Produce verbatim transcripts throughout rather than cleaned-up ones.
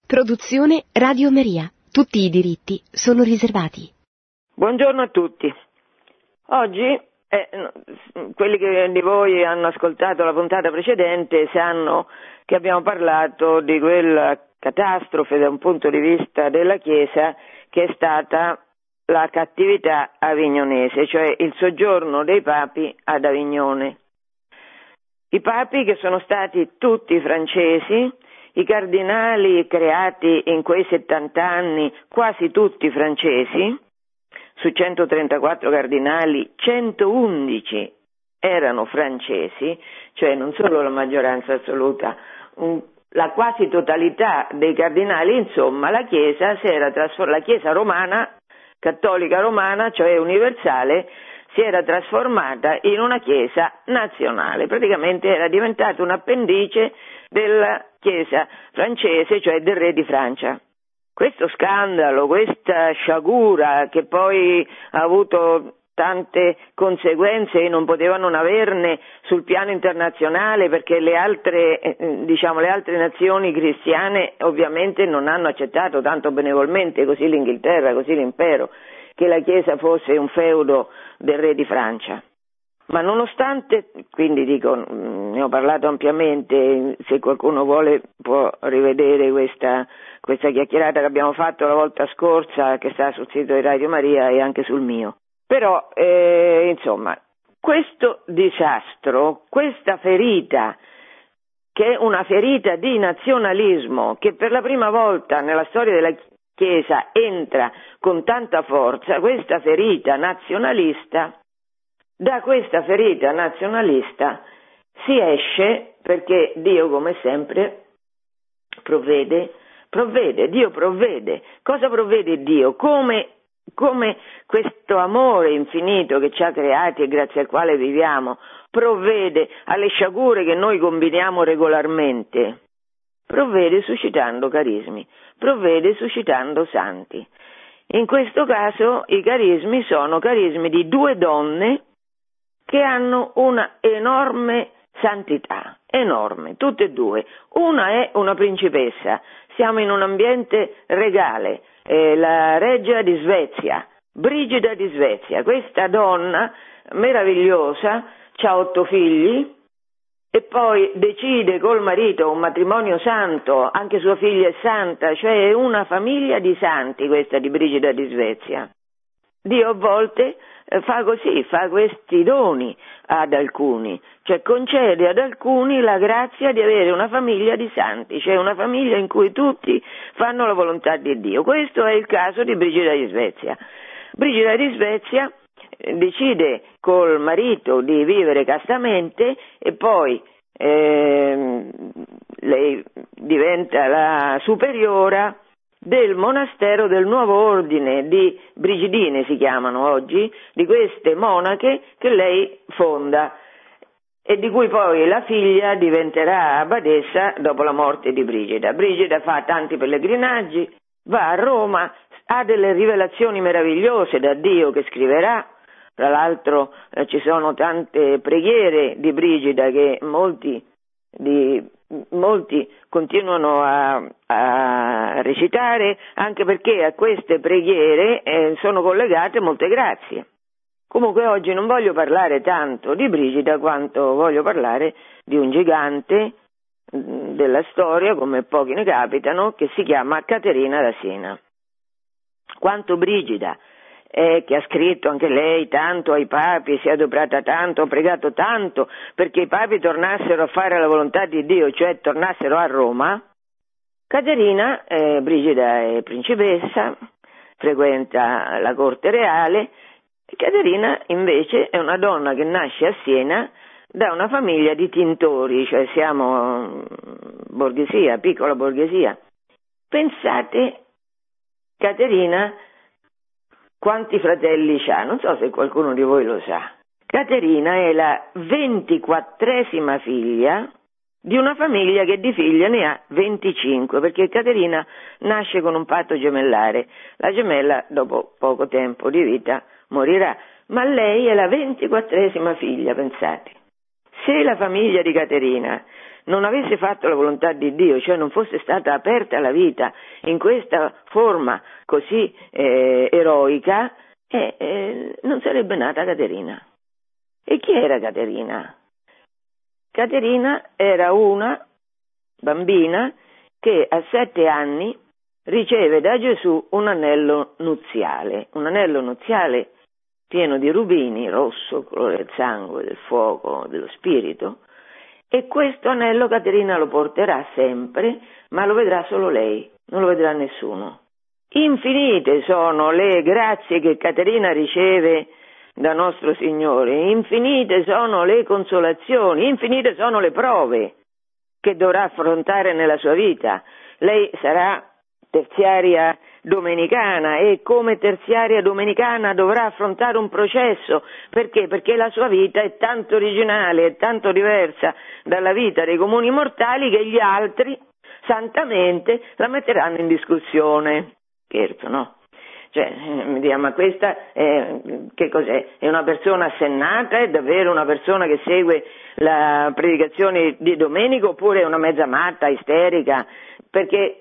Produzione Radio Maria. Tutti i diritti sono riservati. Buongiorno a tutti. Oggi eh, quelli che di voi hanno ascoltato la puntata precedente sanno che abbiamo parlato di quella catastrofe da un punto di vista della Chiesa che è stata la cattività avignonese, cioè il soggiorno dei papi ad Avignone. I papi che sono stati tutti francesi, i cardinali creati in quei settanta anni, quasi tutti francesi, su centotrentaquattro cardinali, centoundici erano francesi, cioè non solo la maggioranza assoluta, un, la quasi totalità dei cardinali, insomma la Chiesa si era trasformata, la Chiesa romana, cattolica romana, cioè universale, si era trasformata in una Chiesa nazionale, praticamente era diventata un appendice della Chiesa francese, cioè del re di Francia. Questo scandalo, questa sciagura che poi ha avuto tante conseguenze e non poteva non averne sul piano internazionale, perché le altre, diciamo, le altre nazioni cristiane ovviamente non hanno accettato tanto benevolmente, così l'Inghilterra, così l'impero, che la Chiesa fosse un feudo del re di Francia. Ma nonostante, quindi dico, ne ho parlato ampiamente, se qualcuno vuole può rivedere questa, questa chiacchierata che abbiamo fatto la volta scorsa, che sta sul sito di Radio Maria e anche sul mio. Però, eh, insomma, questo disastro, questa ferita, che è una ferita di nazionalismo, che per la prima volta nella storia della Chiesa entra con tanta forza, questa ferita nazionalista, da questa ferita nazionalista si esce perché Dio, come sempre, provvede, provvede, Dio provvede. Cosa provvede Dio? Come, come questo amore infinito che ci ha creati e grazie al quale viviamo, provvede alle sciagure che noi combiniamo regolarmente, provvede suscitando carismi, provvede suscitando santi. In questo caso i carismi sono carismi di due donne che hanno una enorme santità, enorme, tutte e due. Una è una principessa, siamo in un ambiente regale, eh, la reggia di Svezia, Brigida di Svezia. Questa donna meravigliosa, ha otto figli e poi decide col marito un matrimonio santo, anche sua figlia è santa, cioè è una famiglia di santi questa di Brigida di Svezia. Dio a volte fa così, fa questi doni ad alcuni, cioè concede ad alcuni la grazia di avere una famiglia di santi, cioè una famiglia in cui tutti fanno la volontà di Dio. Questo è il caso di Brigida di Svezia. Brigida di Svezia decide col marito di vivere castamente e poi eh, lei diventa la superiora del monastero del nuovo ordine di Brigidine, si chiamano oggi, di queste monache che lei fonda e di cui poi la figlia diventerà abbadessa dopo la morte di Brigida. Brigida fa tanti pellegrinaggi, va a Roma, ha delle rivelazioni meravigliose da Dio che scriverà. Tra l'altro eh, ci sono tante preghiere di Brigida che molti di molti continuano a, a recitare, anche perché a queste preghiere eh, sono collegate molte grazie. Comunque oggi non voglio parlare tanto di Brigida quanto voglio parlare di un gigante mh, della storia, come pochi ne capitano, che si chiama Caterina da Siena. Quanto Brigida Eh, che ha scritto anche lei tanto ai papi, si è adoperata tanto, ha pregato tanto perché i papi tornassero a fare la volontà di Dio, cioè tornassero a Roma. Caterina, eh, Brigida è principessa, frequenta la corte reale. Caterina invece è una donna che nasce a Siena da una famiglia di tintori, cioè siamo borghesia, piccola borghesia. Pensate, Caterina quanti fratelli c'ha? Non so se qualcuno di voi lo sa. Caterina è la ventiquattresima figlia di una famiglia che di figlie ne ha venticinque, perché Caterina nasce con un patto gemellare. La gemella, dopo poco tempo di vita, morirà, ma lei è la ventiquattresima figlia, pensate. se la famiglia di Caterina non avesse fatto la volontà di Dio, cioè non fosse stata aperta la vita in questa forma così eh, eroica, eh, eh, non sarebbe nata Caterina. E chi era Caterina? Caterina era una bambina che a sette anni riceve da Gesù un anello nuziale, un anello nuziale pieno di rubini, rosso, colore del sangue, del fuoco, dello spirito, e questo anello Caterina lo porterà sempre, ma lo vedrà solo lei, non lo vedrà nessuno. Infinite sono le grazie che Caterina riceve da nostro Signore, infinite sono le consolazioni, infinite sono le prove che dovrà affrontare nella sua vita. Lei sarà terziaria domenicana e come terziaria domenicana dovrà affrontare un processo. Perché? Perché la sua vita è tanto originale, è tanto diversa dalla vita dei comuni mortali che gli altri santamente la metteranno in discussione. Scherzo, no? Cioè, mi dica, ma questa è, che cos'è? È una persona assennata? È davvero una persona che segue la predicazione di domenica oppure è una mezza matta, isterica? Perché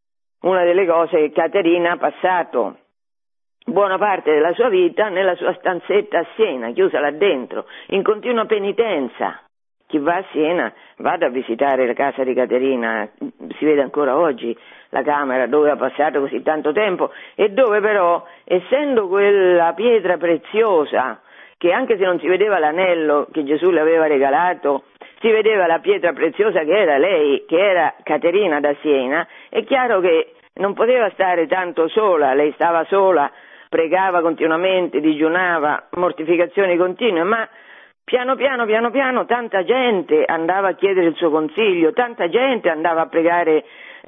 una delle cose è che Caterina ha passato buona parte della sua vita nella sua stanzetta a Siena, chiusa là dentro, in continua penitenza. Chi va a Siena vada a visitare la casa di Caterina, si vede ancora oggi la camera dove ha passato così tanto tempo e dove però, essendo quella pietra preziosa, che anche se non si vedeva l'anello che Gesù le aveva regalato, si vedeva la pietra preziosa che era lei, che era Caterina da Siena, è chiaro che non poteva stare tanto sola, lei stava sola, pregava continuamente, digiunava, mortificazioni continue, ma piano piano, piano piano, tanta gente andava a chiedere il suo consiglio, tanta gente andava a pregare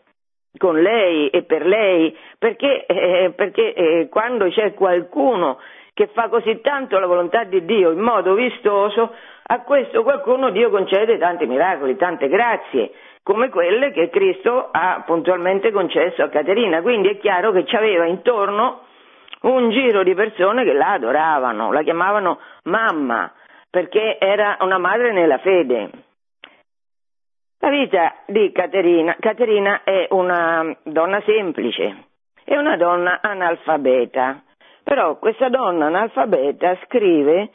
con lei e per lei, perché, eh, perché eh, quando c'è qualcuno che fa così tanto la volontà di Dio in modo vistoso, a questo qualcuno Dio concede tanti miracoli, tante grazie, come quelle che Cristo ha puntualmente concesso a Caterina. Quindi è chiaro che c'aveva intorno un giro di persone che la adoravano, la chiamavano mamma, perché era una madre nella fede. La vita di Caterina, Caterina è una donna semplice, è una donna analfabeta, però questa donna analfabeta scrive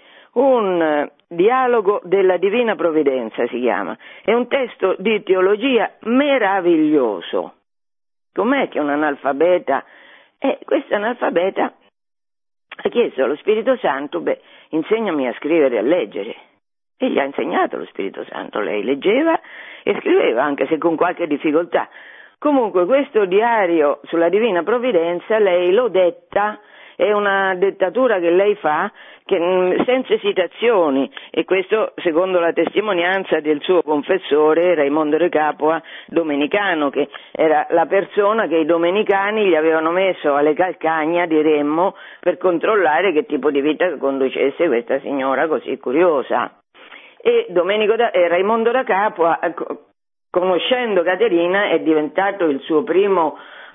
un dialogo della Divina Provvidenza, si chiama, è un testo di teologia meraviglioso. Com'è che un analfabeta, eh, questa analfabeta ha chiesto allo Spirito Santo, beh, insegnami a scrivere e a leggere. E gli ha insegnato lo Spirito Santo, lei leggeva e scriveva, anche se con qualche difficoltà. Comunque questo diario sulla Divina Provvidenza lei lo detta, è una dettatura che lei fa che, senza esitazioni, e questo secondo la testimonianza del suo confessore Raimondo de Capua, domenicano, che era la persona che i domenicani gli avevano messo alle calcagna di Remmo per controllare che tipo di vita conducesse questa signora così curiosa. E Domenico da, eh, Raimondo da Capua, eh, conoscendo Caterina, è diventato il suo primo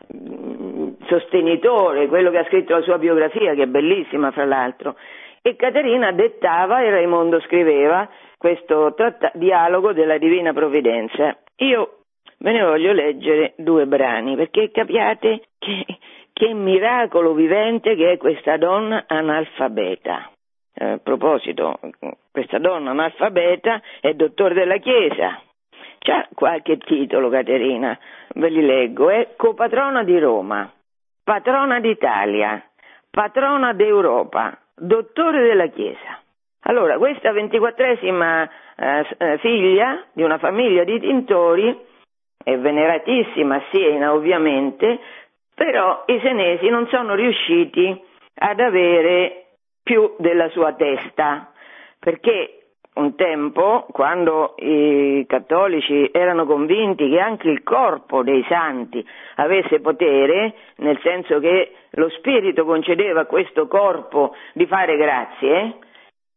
mh, sostenitore, quello che ha scritto la sua biografia, che è bellissima fra l'altro, e Caterina dettava e Raimondo scriveva questo tratta- dialogo della Divina Provvidenza. Io ve ne voglio leggere due brani, perché capiate che, che miracolo vivente che è questa donna analfabeta. Eh, a proposito, questa donna analfabeta è dottore della Chiesa, c'ha qualche titolo Caterina, ve li leggo, è copatrona di Roma, patrona d'Italia, patrona d'Europa, dottore della Chiesa. Allora, questa ventiquattresima eh, figlia di una famiglia di tintori è veneratissima a Siena ovviamente, però i senesi non sono riusciti ad avere più della sua testa, perché un tempo, quando i cattolici erano convinti che anche il corpo dei santi avesse potere, nel senso che lo spirito concedeva a questo corpo di fare grazie,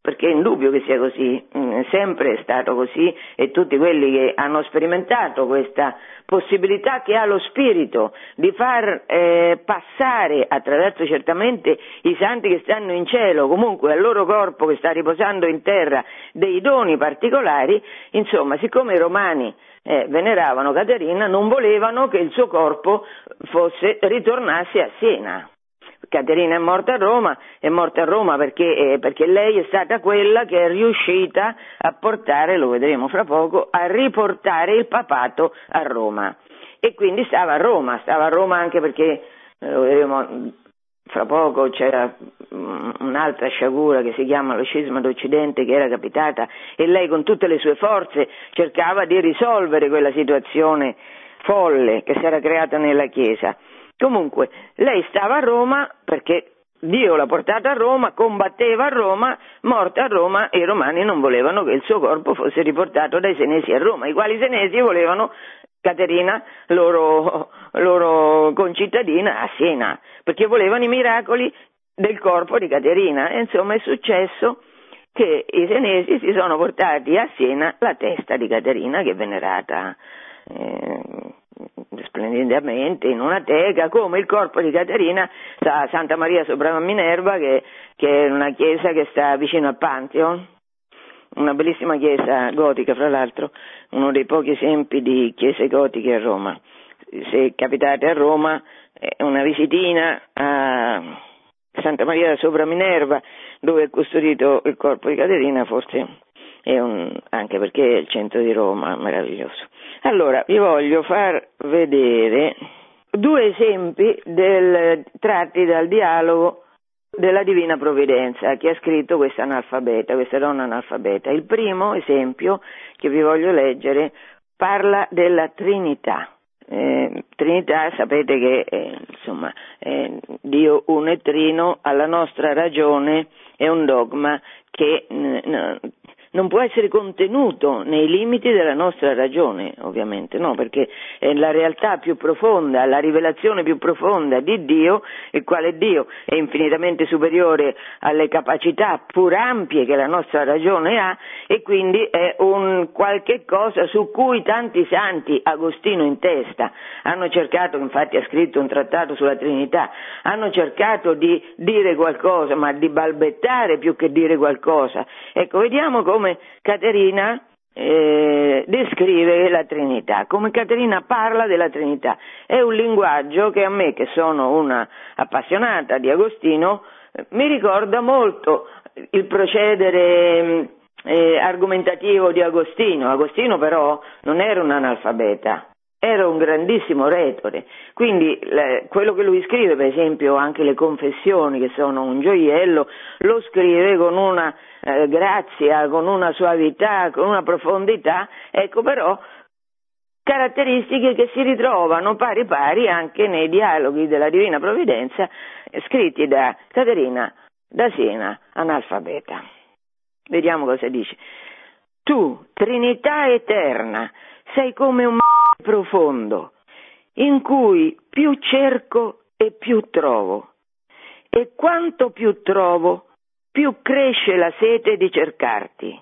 perché è indubbio che sia così, sempre è stato così, e tutti quelli che hanno sperimentato questa possibilità che ha lo Spirito di far eh, passare attraverso certamente i santi che stanno in cielo, comunque al loro corpo che sta riposando in terra, dei doni particolari, insomma, siccome i romani eh, veneravano Caterina, non volevano che il suo corpo fosse ritornasse a Siena. Caterina è morta a Roma, è morta a Roma perché, eh, perché lei è stata quella che è riuscita a portare, lo vedremo fra poco, a riportare il papato a Roma. E quindi stava a Roma, stava a Roma anche perché, eh, lo vedremo fra poco, c'era un'altra sciagura che si chiama lo scisma d'Occidente che era capitata, e lei con tutte le sue forze cercava di risolvere quella situazione folle che si era creata nella Chiesa. Comunque, lei stava a Roma perché Dio l'ha portata a Roma, combatteva a Roma, morta a Roma, e i romani non volevano che il suo corpo fosse riportato dai senesi a Roma, i quali senesi volevano Caterina, loro, loro concittadina, a Siena, perché volevano i miracoli del corpo di Caterina. E insomma è successo che i senesi si sono portati a Siena la testa di Caterina, che è venerata eh, splendidamente in una teca, come il corpo di Caterina sta a Santa Maria sopra Minerva, che, che è una chiesa che sta vicino al Pantheon, una bellissima chiesa gotica, fra l'altro, uno dei pochi esempi di chiese gotiche a Roma. Se capitate a Roma, è una visitina a Santa Maria sopra Minerva, dove è custodito il corpo di Caterina, forse è un, anche perché è il centro di Roma, meraviglioso. Allora, vi voglio far vedere due esempi del, tratti dal dialogo della Divina Provvidenza che ha scritto questa analfabeta, questa donna analfabeta. Il primo esempio che vi voglio leggere parla della Trinità. Eh, Trinità, sapete che eh, insomma eh, Dio uno e trino, alla nostra ragione è un dogma che n- non può essere contenuto nei limiti della nostra ragione, ovviamente, no, perché è la realtà più profonda, la rivelazione più profonda di Dio, il quale Dio è infinitamente superiore alle capacità pur ampie che la nostra ragione ha, e quindi è un qualche cosa su cui tanti santi, Agostino in testa, hanno cercato, infatti ha scritto un trattato sulla Trinità, hanno cercato di dire qualcosa, ma di balbettare più che dire qualcosa. Ecco, vediamo come Caterina eh, descrive la Trinità, come Caterina parla della Trinità. È un linguaggio che a me, che sono una appassionata di Agostino, eh, mi ricorda molto il procedere eh, argomentativo di Agostino. Agostino però non era un analfabeta, era un grandissimo retore, quindi le, quello che lui scrive, per esempio anche le confessioni, che sono un gioiello, lo scrive con una eh, grazia, con una suavità, con una profondità, ecco, però caratteristiche che si ritrovano pari pari anche nei dialoghi della Divina Provvidenza eh, scritti da Caterina da Siena, analfabeta. Vediamo cosa dice. Tu, Trinità eterna, sei come un mare profondo, in cui più cerco e più trovo, e quanto più trovo, più cresce la sete di cercarti.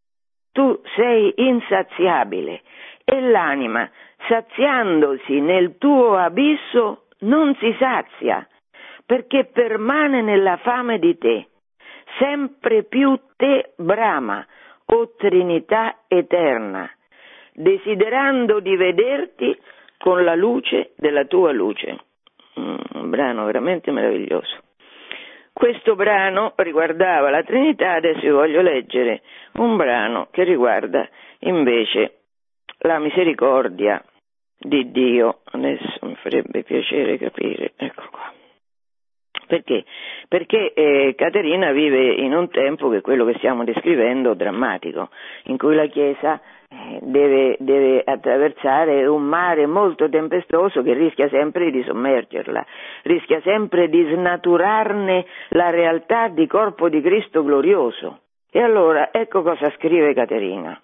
Tu sei insaziabile, e l'anima, saziandosi nel tuo abisso, non si sazia, perché permane nella fame di te, sempre più te brama, o Trinità eterna, desiderando di vederti con la luce della tua luce. Mm, un brano veramente meraviglioso. Questo brano riguardava la Trinità, adesso vi voglio leggere un brano che riguarda invece la misericordia di Dio. Adesso mi farebbe piacere capire, ecco qua. Perché? Perché eh, Caterina vive in un tempo che è quello che stiamo descrivendo, drammatico, in cui la Chiesa eh, deve, deve attraversare un mare molto tempestoso che rischia sempre di sommergerla, rischia sempre di snaturarne la realtà di corpo di Cristo glorioso. E allora ecco cosa scrive Caterina.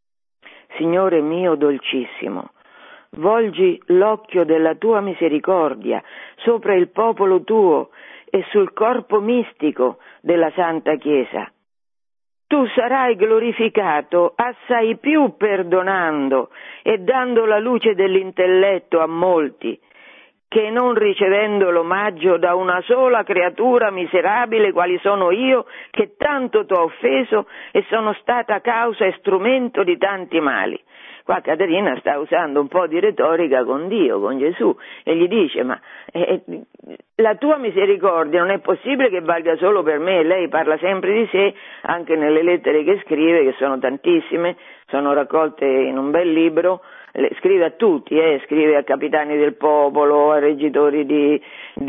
Signore mio dolcissimo, volgi l'occhio della tua misericordia sopra il popolo tuo e sul corpo mistico della Santa Chiesa. tu sarai glorificato assai più perdonando e dando la luce dell'intelletto a molti, che non ricevendo l'omaggio da una sola creatura miserabile quali sono io, che tanto t'ho offeso e sono stata causa e strumento di tanti mali. Qua Caterina sta usando un po' di retorica con Dio, con Gesù, e gli dice: ma eh, la tua misericordia non è possibile che valga solo per me. Lei parla sempre di sé, anche nelle lettere che scrive, che sono tantissime, sono raccolte in un bel libro. Scrive a tutti, eh, scrive a capitani del popolo, a reggitori di,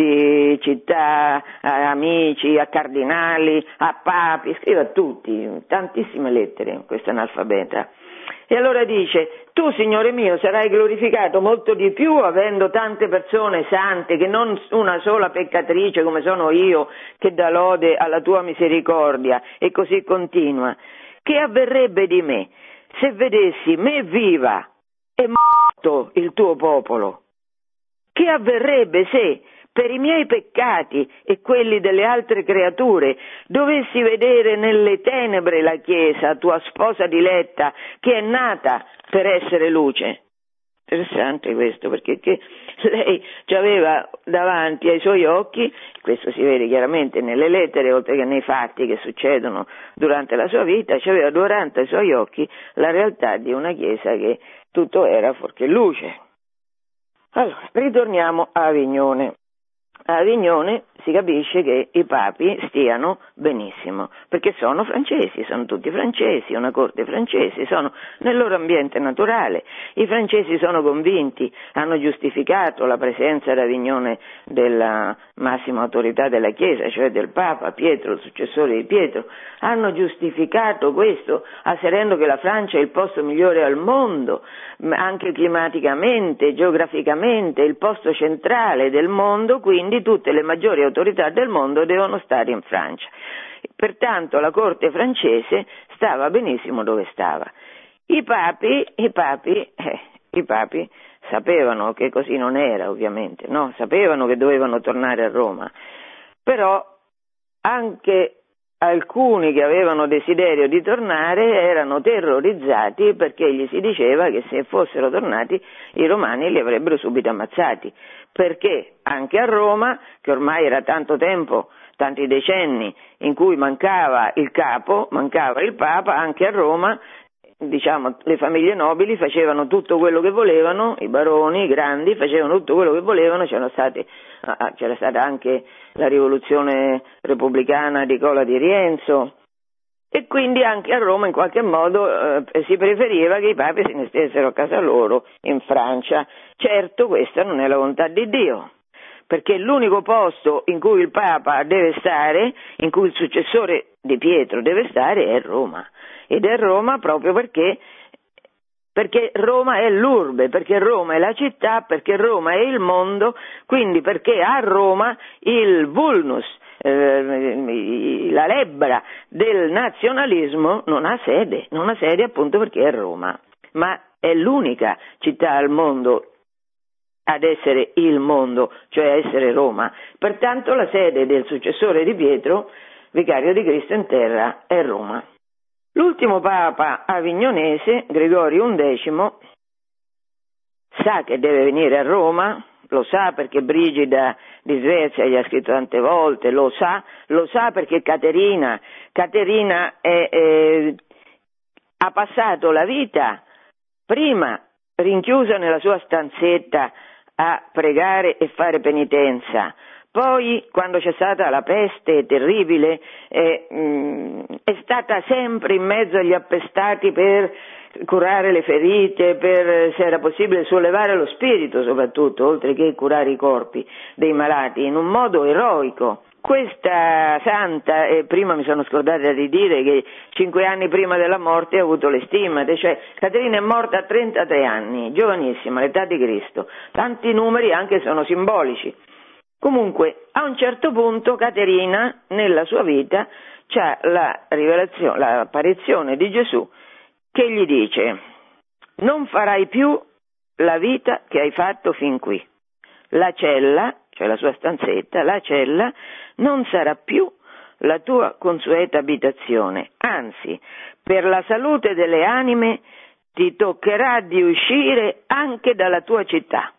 di città, a amici, a cardinali, a papi, scrive a tutti, tantissime lettere, questa analfabeta. E allora dice: tu, Signore mio, sarai glorificato molto di più avendo tante persone sante, che non una sola peccatrice come sono io, che dà lode alla tua misericordia. E così continua. Che avverrebbe di me se vedessi me viva e morto il tuo popolo? Che avverrebbe se per i miei peccati e quelli delle altre creature dovessi vedere nelle tenebre la Chiesa, tua sposa diletta, che è nata per essere luce? Interessante questo, perché che lei ci aveva davanti ai suoi occhi, questo si vede chiaramente nelle lettere oltre che nei fatti che succedono durante la sua vita, ci aveva davanti ai suoi occhi la realtà di una Chiesa che tutto era fuorché luce. Allora, ritorniamo a Avignone. A Avignone si capisce che i papi stiano benissimo, perché sono francesi, sono tutti francesi, una corte francese, sono nel loro ambiente naturale. I francesi sono convinti, hanno giustificato la presenza ad Avignone della massima autorità della Chiesa, cioè del Papa Pietro, il successore di Pietro, hanno giustificato questo asserendo che la Francia è il posto migliore al mondo, anche climaticamente, geograficamente, il posto centrale del mondo, quindi tutte le maggiori autorità del mondo devono stare in Francia. Pertanto la corte francese stava benissimo dove stava. I papi, i papi, eh, i papi sapevano che così non era, ovviamente, no? Sapevano che dovevano tornare a Roma, però anche alcuni che avevano desiderio di tornare erano terrorizzati perché gli si diceva che se fossero tornati i romani li avrebbero subito ammazzati, perché anche a Roma, che ormai era tanto tempo, tanti decenni in cui mancava il capo, mancava il Papa, anche a Roma, diciamo, le famiglie nobili facevano tutto quello che volevano, i baroni, i grandi, facevano tutto quello che volevano, c'erano stati, c'era stata anche la rivoluzione repubblicana di Cola di Rienzo, e quindi anche a Roma in qualche modo eh, si preferiva che i papi se ne stessero a casa loro in Francia. Certo, questa non è la volontà di Dio, perché l'unico posto in cui il Papa deve stare, in cui il successore di Pietro deve stare, è Roma. Ed è Roma proprio perché, perché Roma è l'urbe, perché Roma è la città, perché Roma è il mondo, quindi perché a Roma il vulnus, eh, la lebbra del nazionalismo non ha sede, non ha sede appunto perché è Roma, ma è l'unica città al mondo ad essere il mondo, cioè a essere Roma. Pertanto la sede del successore di Pietro, vicario di Cristo in terra, è Roma. L'ultimo papa avignonese, Gregorio undicesimo, sa che deve venire a Roma, lo sa perché Brigida di Svezia gli ha scritto tante volte, lo sa, lo sa perché Caterina, Caterina è, è, ha passato la vita prima rinchiusa nella sua stanzetta a pregare e fare penitenza. Poi, quando c'è stata la peste terribile, eh, mh, è stata sempre in mezzo agli appestati per curare le ferite, per, se era possibile, sollevare lo spirito soprattutto, oltre che curare i corpi dei malati, in un modo eroico. Questa santa, eh, prima mi sono scordata di dire che cinque anni prima della morte ha avuto le stimate, cioè Caterina è morta a trentatré anni, giovanissima, all'età di Cristo. Tanti numeri anche sono simbolici. Comunque, a un certo punto Caterina, nella sua vita, c'ha la rivelazione, l'apparizione di Gesù che gli dice: non farai più la vita che hai fatto fin qui. La cella, cioè la sua stanzetta, la cella non sarà più la tua consueta abitazione, anzi, per la salute delle anime ti toccherà di uscire anche dalla tua città.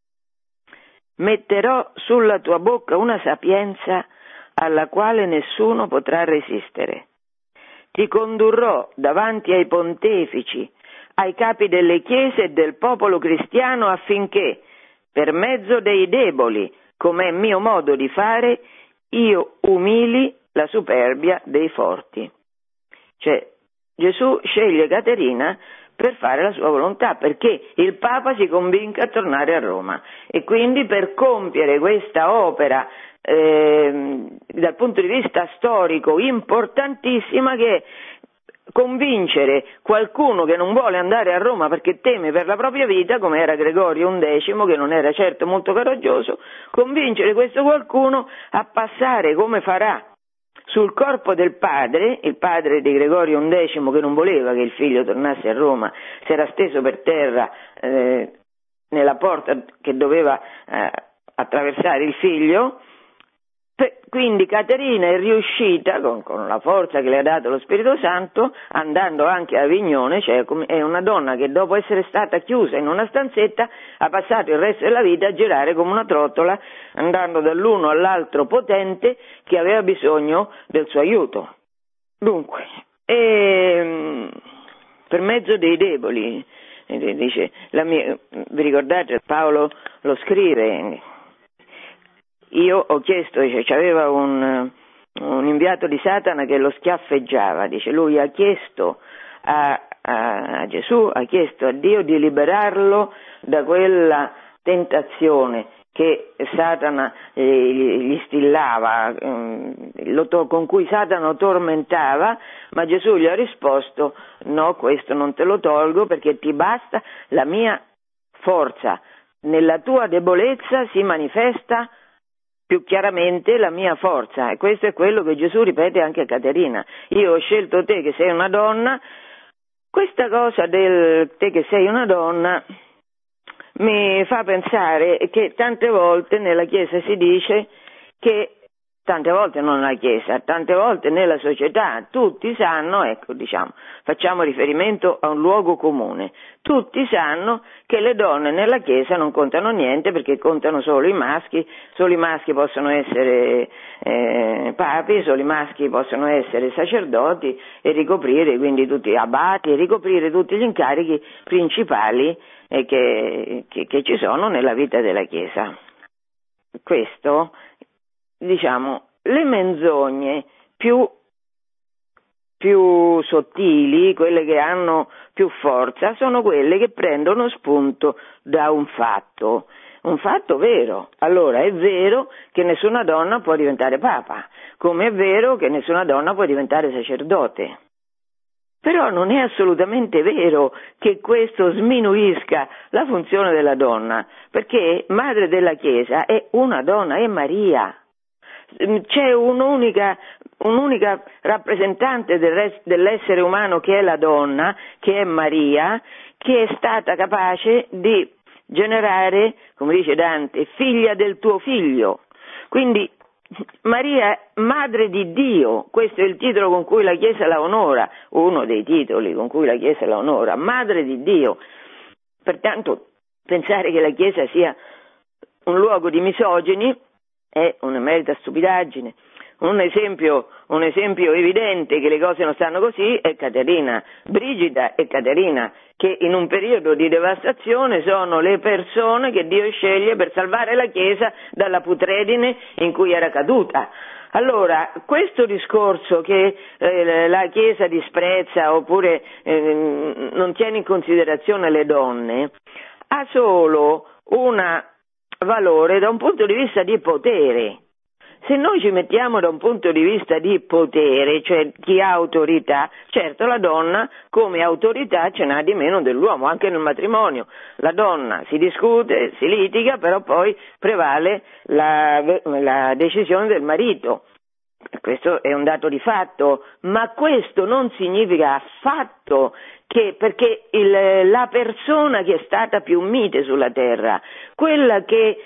Metterò sulla tua bocca una sapienza alla quale nessuno potrà resistere. Ti condurrò davanti ai pontefici, ai capi delle chiese e del popolo cristiano affinché, per mezzo dei deboli, come è mio modo di fare, io umili la superbia dei forti. Cioè, Gesù sceglie Caterina per fare la sua volontà, perché il Papa si convinca a tornare a Roma e quindi per compiere questa opera eh, dal punto di vista storico importantissima, che è convincere qualcuno che non vuole andare a Roma perché teme per la propria vita, come era Gregorio undicesimo, che non era certo molto coraggioso, convincere questo qualcuno a passare, come farà, sul corpo del padre, il padre di Gregorio undicesimo, che non voleva che il figlio tornasse a Roma, si era steso per terra eh, nella porta che doveva eh, attraversare il figlio. Quindi Caterina è riuscita, con, con la forza che le ha dato lo Spirito Santo, andando anche a Avignone, cioè è una donna che dopo essere stata chiusa in una stanzetta ha passato il resto della vita a girare come una trottola, andando dall'uno all'altro potente che aveva bisogno del suo aiuto. Dunque, e, per mezzo dei deboli, dice, la mia, vi ricordate, Paolo lo scrive. Io ho chiesto, dice, c'aveva un, un inviato di Satana che lo schiaffeggiava, dice, lui ha chiesto a, a Gesù, ha chiesto a Dio di liberarlo da quella tentazione che Satana eh, gli stillava, eh, lo to- con cui Satana lo tormentava, ma Gesù gli ha risposto, no, questo non te lo tolgo perché ti basta la mia forza, nella tua debolezza si manifesta più chiaramente la mia forza, e questo è quello che Gesù ripete anche a Caterina. Io ho scelto te che sei una donna. Questa cosa del te che sei una donna mi fa pensare che tante volte nella Chiesa si dice che, tante volte non nella Chiesa, tante volte nella società, tutti sanno, ecco, diciamo, facciamo riferimento a un luogo comune, tutti sanno che le donne nella Chiesa non contano niente perché contano solo i maschi, solo i maschi possono essere eh, papi, solo i maschi possono essere sacerdoti e ricoprire quindi tutti gli abati e ricoprire tutti gli incarichi principali eh, che, che, che ci sono nella vita della Chiesa. Questo, diciamo, le menzogne più, più sottili, quelle che hanno più forza, sono quelle che prendono spunto da un fatto, un fatto vero. Allora, è vero che nessuna donna può diventare papa, come è vero che nessuna donna può diventare sacerdote. Però non è assolutamente vero che questo sminuisca la funzione della donna, perché madre della Chiesa è una donna, è Maria. C'è un'unica, un'unica rappresentante del, dell'essere umano che è la donna, che è Maria, che è stata capace di generare, come dice Dante, figlia del tuo figlio. Quindi Maria è madre di Dio, questo è il titolo con cui la Chiesa la onora, uno dei titoli con cui la Chiesa la onora, madre di Dio. Pertanto pensare che la Chiesa sia un luogo di misogini è un'emerita stupidaggine. Un esempio, un esempio evidente che le cose non stanno così è Caterina. Brigida e Caterina, che in un periodo di devastazione sono le persone che Dio sceglie per salvare la Chiesa dalla putredine in cui era caduta. Allora, questo discorso che eh, la Chiesa disprezza oppure eh, non tiene in considerazione le donne ha solo un valore da un punto di vista di potere. Se noi ci mettiamo da un punto di vista di potere, cioè chi ha autorità, certo la donna come autorità ce n'ha di meno dell'uomo, anche nel matrimonio. La donna si discute, si litiga, però poi prevale la, la decisione del marito. Questo è un dato di fatto, ma questo non significa affatto che, perché il, la persona che è stata più mite sulla terra, quella che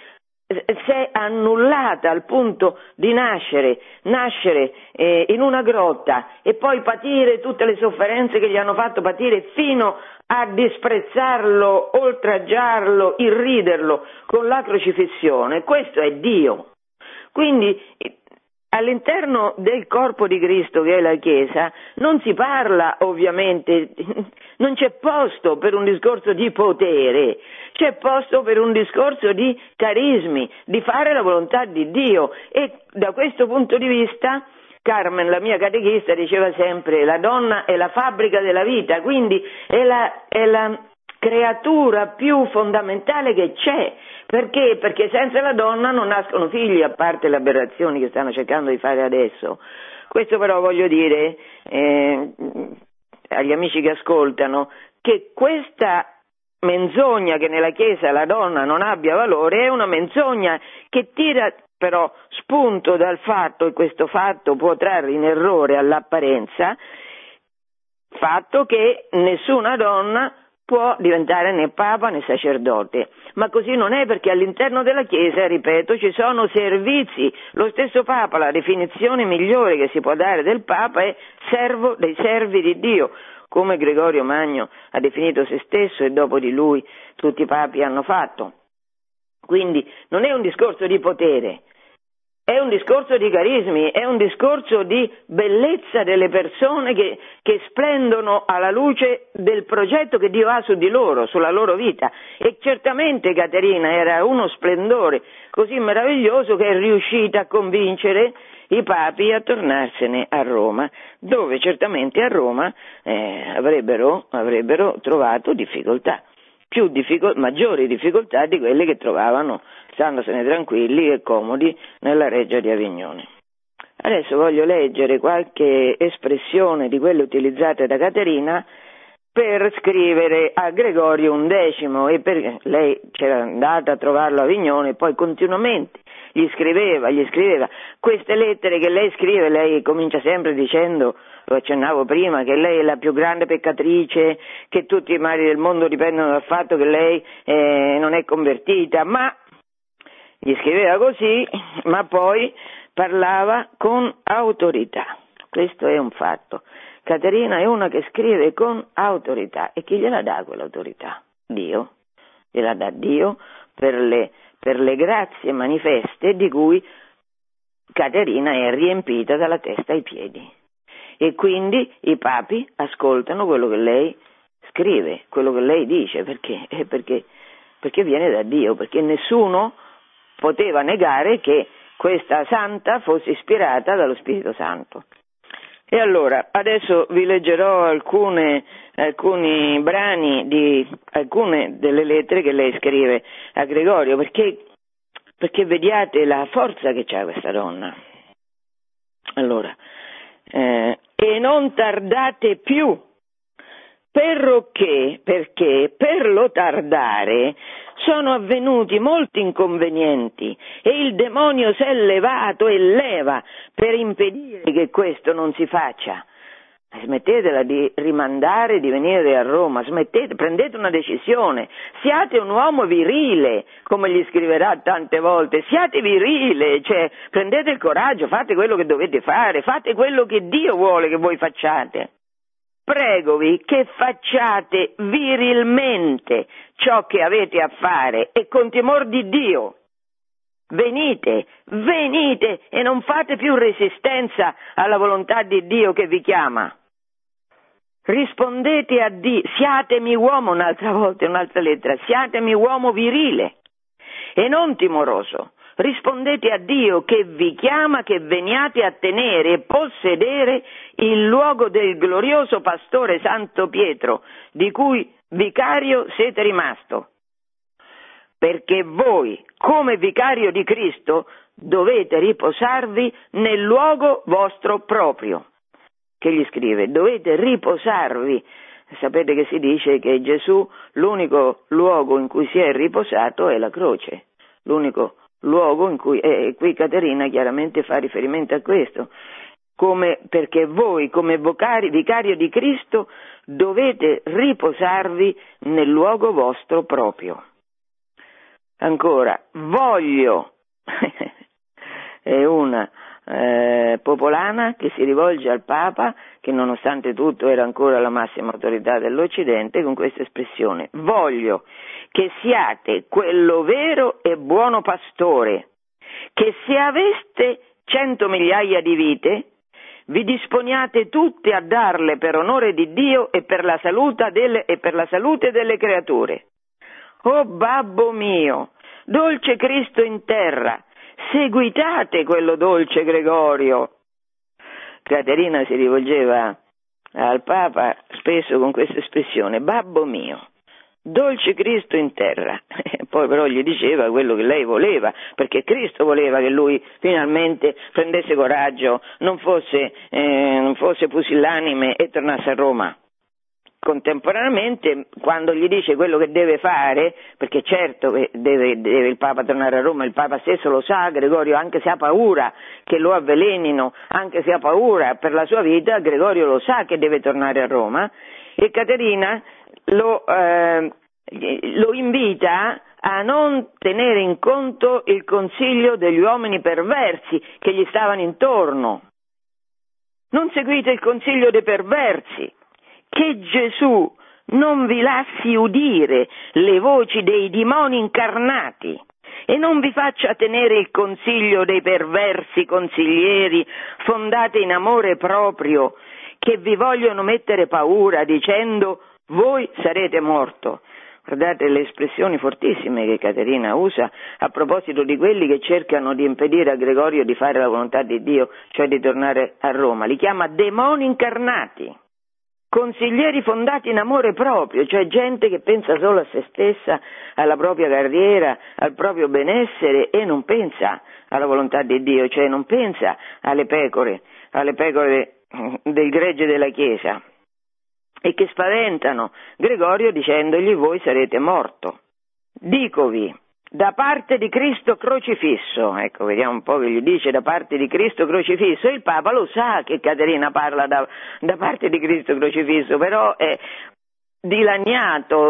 si è annullata al punto di nascere, nascere eh, in una grotta e poi patire tutte le sofferenze che gli hanno fatto patire fino a disprezzarlo, oltraggiarlo, irriderlo con la crocifissione. Questo è Dio. Quindi all'interno del corpo di Cristo, che è la Chiesa, non si parla ovviamente, non c'è posto per un discorso di potere, c'è posto per un discorso di carismi, di fare la volontà di Dio. E da questo punto di vista Carmen, la mia catechista, diceva sempre: la donna è la fabbrica della vita, quindi è la, è la creatura più fondamentale che c'è. Perché? Perché senza la donna non nascono figli, a parte le aberrazioni che stanno cercando di fare adesso. Questo però voglio dire eh, agli amici che ascoltano che questa menzogna che nella Chiesa la donna non abbia valore è una menzogna che tira però spunto dal fatto, e questo fatto può trarre in errore all'apparenza, fatto che nessuna donna può diventare né papa né sacerdote, ma così non è, perché all'interno della Chiesa, ripeto, ci sono servizi. Lo stesso Papa, la definizione migliore che si può dare del Papa è servo dei servi di Dio, come Gregorio Magno ha definito se stesso e dopo di lui tutti i papi hanno fatto. Quindi non è un discorso di potere, è un discorso di carismi, è un discorso di bellezza delle persone che, che splendono alla luce del progetto che Dio ha su di loro, sulla loro vita. E certamente Caterina era uno splendore così meraviglioso che è riuscita a convincere i papi a tornarsene a Roma, dove certamente a Roma eh, avrebbero, avrebbero trovato difficoltà. Più difficol- maggiori difficoltà di quelle che trovavano standosene tranquilli e comodi nella Reggia di Avignone. Adesso voglio leggere qualche espressione di quelle utilizzate da Caterina per scrivere a Gregorio undicesimo, e perché lei c'era andata a trovarlo a Avignone e poi continuamente gli scriveva, gli scriveva queste lettere che lei scrive. Lei comincia sempre dicendo, lo accennavo prima, che lei è la più grande peccatrice, che tutti i mali del mondo dipendono dal fatto che lei eh, non è convertita, ma gli scriveva così, ma poi parlava con autorità. Questo è un fatto. Caterina è una che scrive con autorità. E chi gliela dà quell'autorità? Dio. Gliela dà Dio per le, per le grazie manifeste di cui Caterina è riempita dalla testa ai piedi. E quindi i papi ascoltano quello che lei scrive, quello che lei dice, perché? Eh, perché, perché viene da Dio, perché nessuno poteva negare che questa santa fosse ispirata dallo Spirito Santo. E allora, adesso vi leggerò alcune, alcuni brani di alcune delle lettere che lei scrive a Gregorio, perché, perché vediate la forza che ha questa donna. Allora, eh, e non tardate più, perché, perché per lo tardare sono avvenuti molti inconvenienti e il demonio si è levato e leva per impedire che questo non si faccia. Smettetela di rimandare di venire a Roma, smettete, prendete una decisione, siate un uomo virile, come gli scriverà tante volte, siate virile, cioè prendete il coraggio, fate quello che dovete fare, fate quello che Dio vuole che voi facciate. Pregovi che facciate virilmente ciò che avete a fare e con timor di Dio. Venite, venite e non fate più resistenza alla volontà di Dio che vi chiama. Rispondete a Dio, siatemi uomo, un'altra volta, un'altra lettera, siatemi uomo virile e non timoroso. Rispondete a Dio che vi chiama, che veniate a tenere e possedere il luogo del glorioso pastore Santo Pietro, di cui vicario siete rimasto. Perché voi, come vicario di Cristo, dovete riposarvi nel luogo vostro proprio. Che gli scrive? Dovete riposarvi. Sapete che si dice che Gesù, l'unico luogo in cui si è riposato è la croce. L'unico luogo in cui, e qui Caterina chiaramente fa riferimento a questo, come, perché voi come vocari, vicario di Cristo dovete riposarvi nel luogo vostro proprio. Ancora, voglio, è una eh, popolana che si rivolge al Papa, che nonostante tutto era ancora la massima autorità dell'Occidente, con questa espressione: voglio che siate quello vero e buono pastore, che se aveste cento migliaia di vite, vi disponiate tutti a darle per onore di Dio e per la salute delle, e per la salute delle creature. Oh babbo mio, dolce Cristo in terra, seguitate quello dolce Gregorio. Caterina si rivolgeva al Papa spesso con questa espressione: babbo mio, dolce Cristo in terra. Poi però gli diceva quello che lei voleva, perché Cristo voleva che lui finalmente prendesse coraggio, non fosse, eh, non fosse pusillanime e tornasse a Roma. Contemporaneamente, quando gli dice quello che deve fare, perché certo che deve, deve il Papa tornare a Roma, il Papa stesso lo sa, Gregorio, anche se ha paura che lo avvelenino, anche se ha paura per la sua vita, Gregorio lo sa che deve tornare a Roma, e Caterina lo, eh, lo invita a non tenere in conto il consiglio degli uomini perversi che gli stavano intorno. Non seguite il consiglio dei perversi, che Gesù non vi lasci udire le voci dei demoni incarnati e non vi faccia tenere il consiglio dei perversi consiglieri fondati in amore proprio, che vi vogliono mettere paura dicendo: voi sarete morto. Guardate le espressioni fortissime che Caterina usa a proposito di quelli che cercano di impedire a Gregorio di fare la volontà di Dio, cioè di tornare a Roma. Li chiama demoni incarnati, consiglieri fondati in amore proprio, cioè gente che pensa solo a se stessa, alla propria carriera, al proprio benessere e non pensa alla volontà di Dio, cioè non pensa alle pecore, alle pecore del gregge della Chiesa, e che spaventano Gregorio dicendogli: voi sarete morto. Dicovi, da parte di Cristo crocifisso, ecco, vediamo un po' che gli dice da parte di Cristo crocifisso, il Papa lo sa che Caterina parla da, da parte di Cristo crocifisso, però è dilaniato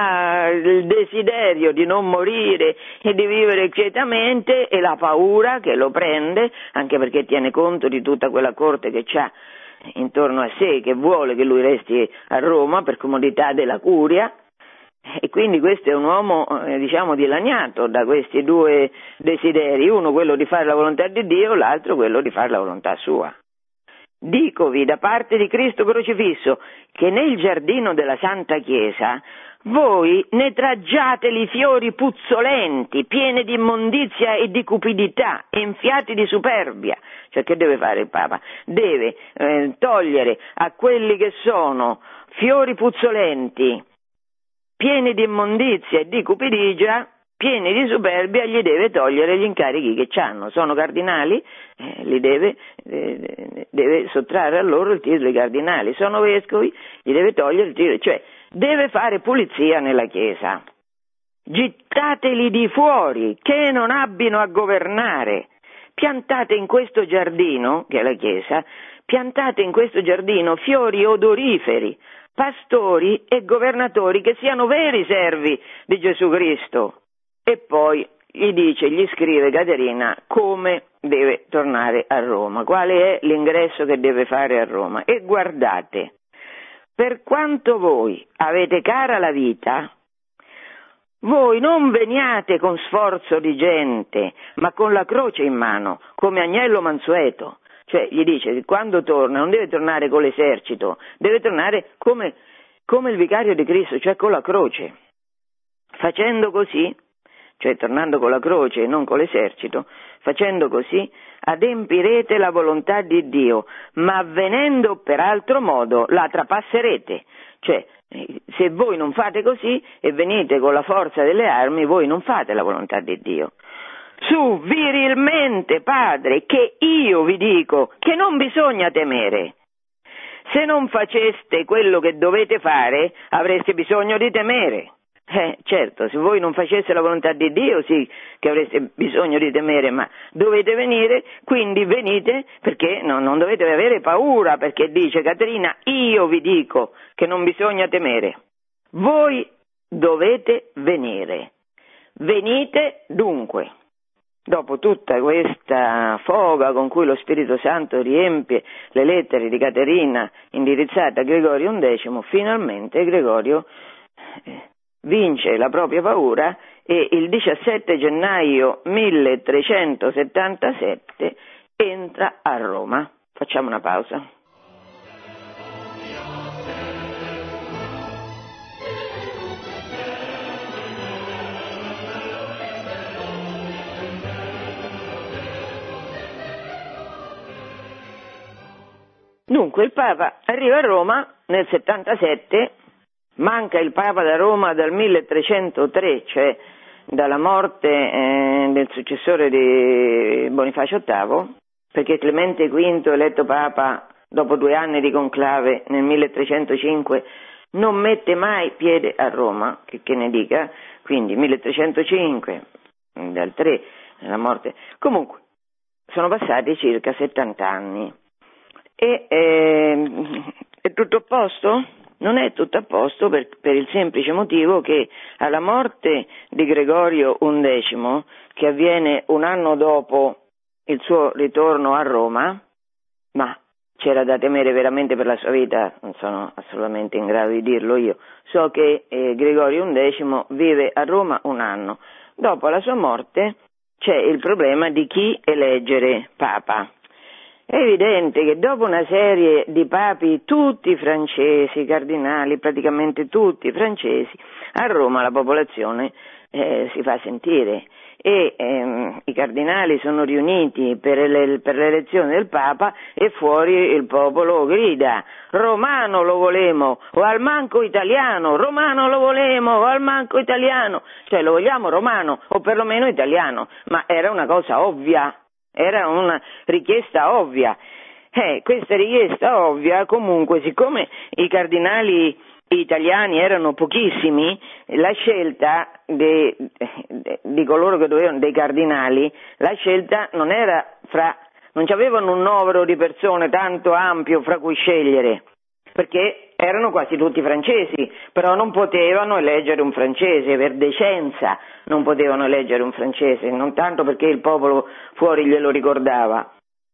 dal desiderio di non morire e di vivere quietamente e la paura che lo prende, anche perché tiene conto di tutta quella corte che c'ha intorno a sé, che vuole che lui resti a Roma per comodità della curia, e quindi questo è un uomo eh, diciamo dilaniato da questi due desideri, uno quello di fare la volontà di Dio, l'altro quello di fare la volontà sua. Dicovi da parte di Cristo crocifisso che nel giardino della Santa Chiesa voi ne traggiate i fiori puzzolenti, pieni di immondizia e di cupidità, enfiati di superbia. Cioè, che deve fare il Papa? Deve eh, togliere a quelli che sono fiori puzzolenti, pieni di immondizia e di cupidigia, pieni di superbia, gli deve togliere gli incarichi che hanno. Sono cardinali, eh, li deve, eh, deve sottrarre a loro il titolo di cardinali. Sono vescovi, gli deve togliere il titolo, cioè deve fare pulizia nella Chiesa. Gittateli di fuori, che non abbino a governare. Piantate in questo giardino, che è la Chiesa, piantate in questo giardino fiori odoriferi, pastori e governatori che siano veri servi di Gesù Cristo. E poi gli dice, gli scrive Caterina come deve tornare a Roma, quale è l'ingresso che deve fare a Roma. E guardate, per quanto voi avete cara la vita, voi non veniate con sforzo di gente, ma con la croce in mano, come Agnello Mansueto. Cioè gli dice che quando torna non deve tornare con l'esercito, deve tornare come, come il vicario di Cristo, cioè con la croce. Facendo così, cioè tornando con la croce e non con l'esercito, facendo così adempirete la volontà di Dio, ma avvenendo per altro modo la trapasserete. Cioè, se voi non fate così e venite con la forza delle armi, voi non fate la volontà di Dio. Su, virilmente, padre, che io vi dico che non bisogna temere. Se non faceste quello che dovete fare, avreste bisogno di temere. Eh, certo, se voi non faceste la volontà di Dio, sì che avreste bisogno di temere, ma dovete venire, quindi venite perché no, non dovete avere paura, perché dice Caterina, io vi dico che non bisogna temere. Voi dovete venire. Venite dunque. Dopo tutta questa foga con cui lo Spirito Santo riempie le lettere di Caterina indirizzate a Gregorio undicesimo, finalmente Gregorio vince la propria paura e il diciassette gennaio milletrecentosettantasette entra a Roma. Facciamo una pausa. Dunque il Papa arriva a Roma nel settantasette, manca il Papa da Roma dal milletrecentotre, cioè dalla morte eh, del successore di Bonifacio ottavo, perché Clemente quinto, eletto Papa dopo due anni di conclave nel milletrecentocinque, non mette mai piede a Roma, che, che ne dica, quindi milletrecentocinque, dal tre, la morte. Comunque, sono passati circa settanta anni. E eh, è tutto a posto? Non è tutto a posto per, per il semplice motivo che alla morte di Gregorio undicesimo, che avviene un anno dopo il suo ritorno a Roma, ma c'era da temere veramente per la sua vita, non sono assolutamente in grado di dirlo io, so che eh, Gregorio undicesimo vive a Roma un anno. Dopo la sua morte c'è il problema di chi eleggere Papa. È evidente che dopo una serie di papi, tutti francesi, cardinali, praticamente tutti francesi, a Roma la popolazione eh, si fa sentire e ehm, i cardinali sono riuniti per, ele- per l'elezione del Papa e fuori il popolo grida: Romano lo volemo, o al manco italiano, Romano lo volemo, o al manco italiano, cioè lo vogliamo romano o perlomeno italiano, ma era una cosa ovvia. Era una richiesta ovvia. Eh, questa richiesta ovvia, comunque, siccome i cardinali italiani erano pochissimi, la scelta de, de, di coloro che dovevano, dei cardinali, la scelta non era fra, non avevano un novero di persone tanto ampio fra cui scegliere, perché erano quasi tutti francesi, però non potevano eleggere un francese, per decenza non potevano eleggere un francese, non tanto perché il popolo fuori glielo ricordava.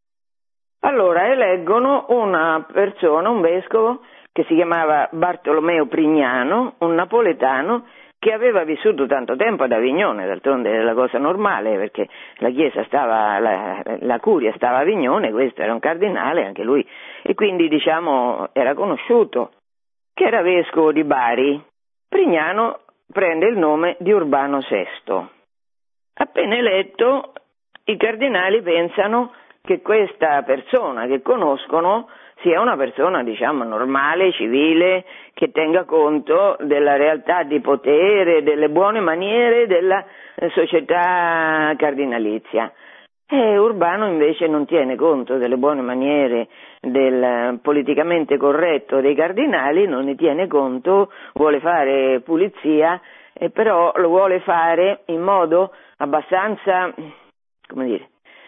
Allora eleggono una persona, un vescovo, che si chiamava Bartolomeo Prignano, un napoletano che aveva vissuto tanto tempo ad Avignone, d'altronde era la cosa normale, perché la chiesa stava, la, la curia stava a Avignone, questo era un cardinale, anche lui, e quindi diciamo era conosciuto, che era vescovo di Bari. Prignano prende il nome di Urbano sesto. Appena eletto, i cardinali pensano che questa persona che conoscono sia una persona, diciamo, normale, civile, che tenga conto della realtà di potere, delle buone maniere della società cardinalizia. E Urbano invece non tiene conto delle buone maniere del politicamente corretto dei cardinali, non ne tiene conto, vuole fare pulizia, e però lo vuole fare in modo abbastanza, come dire,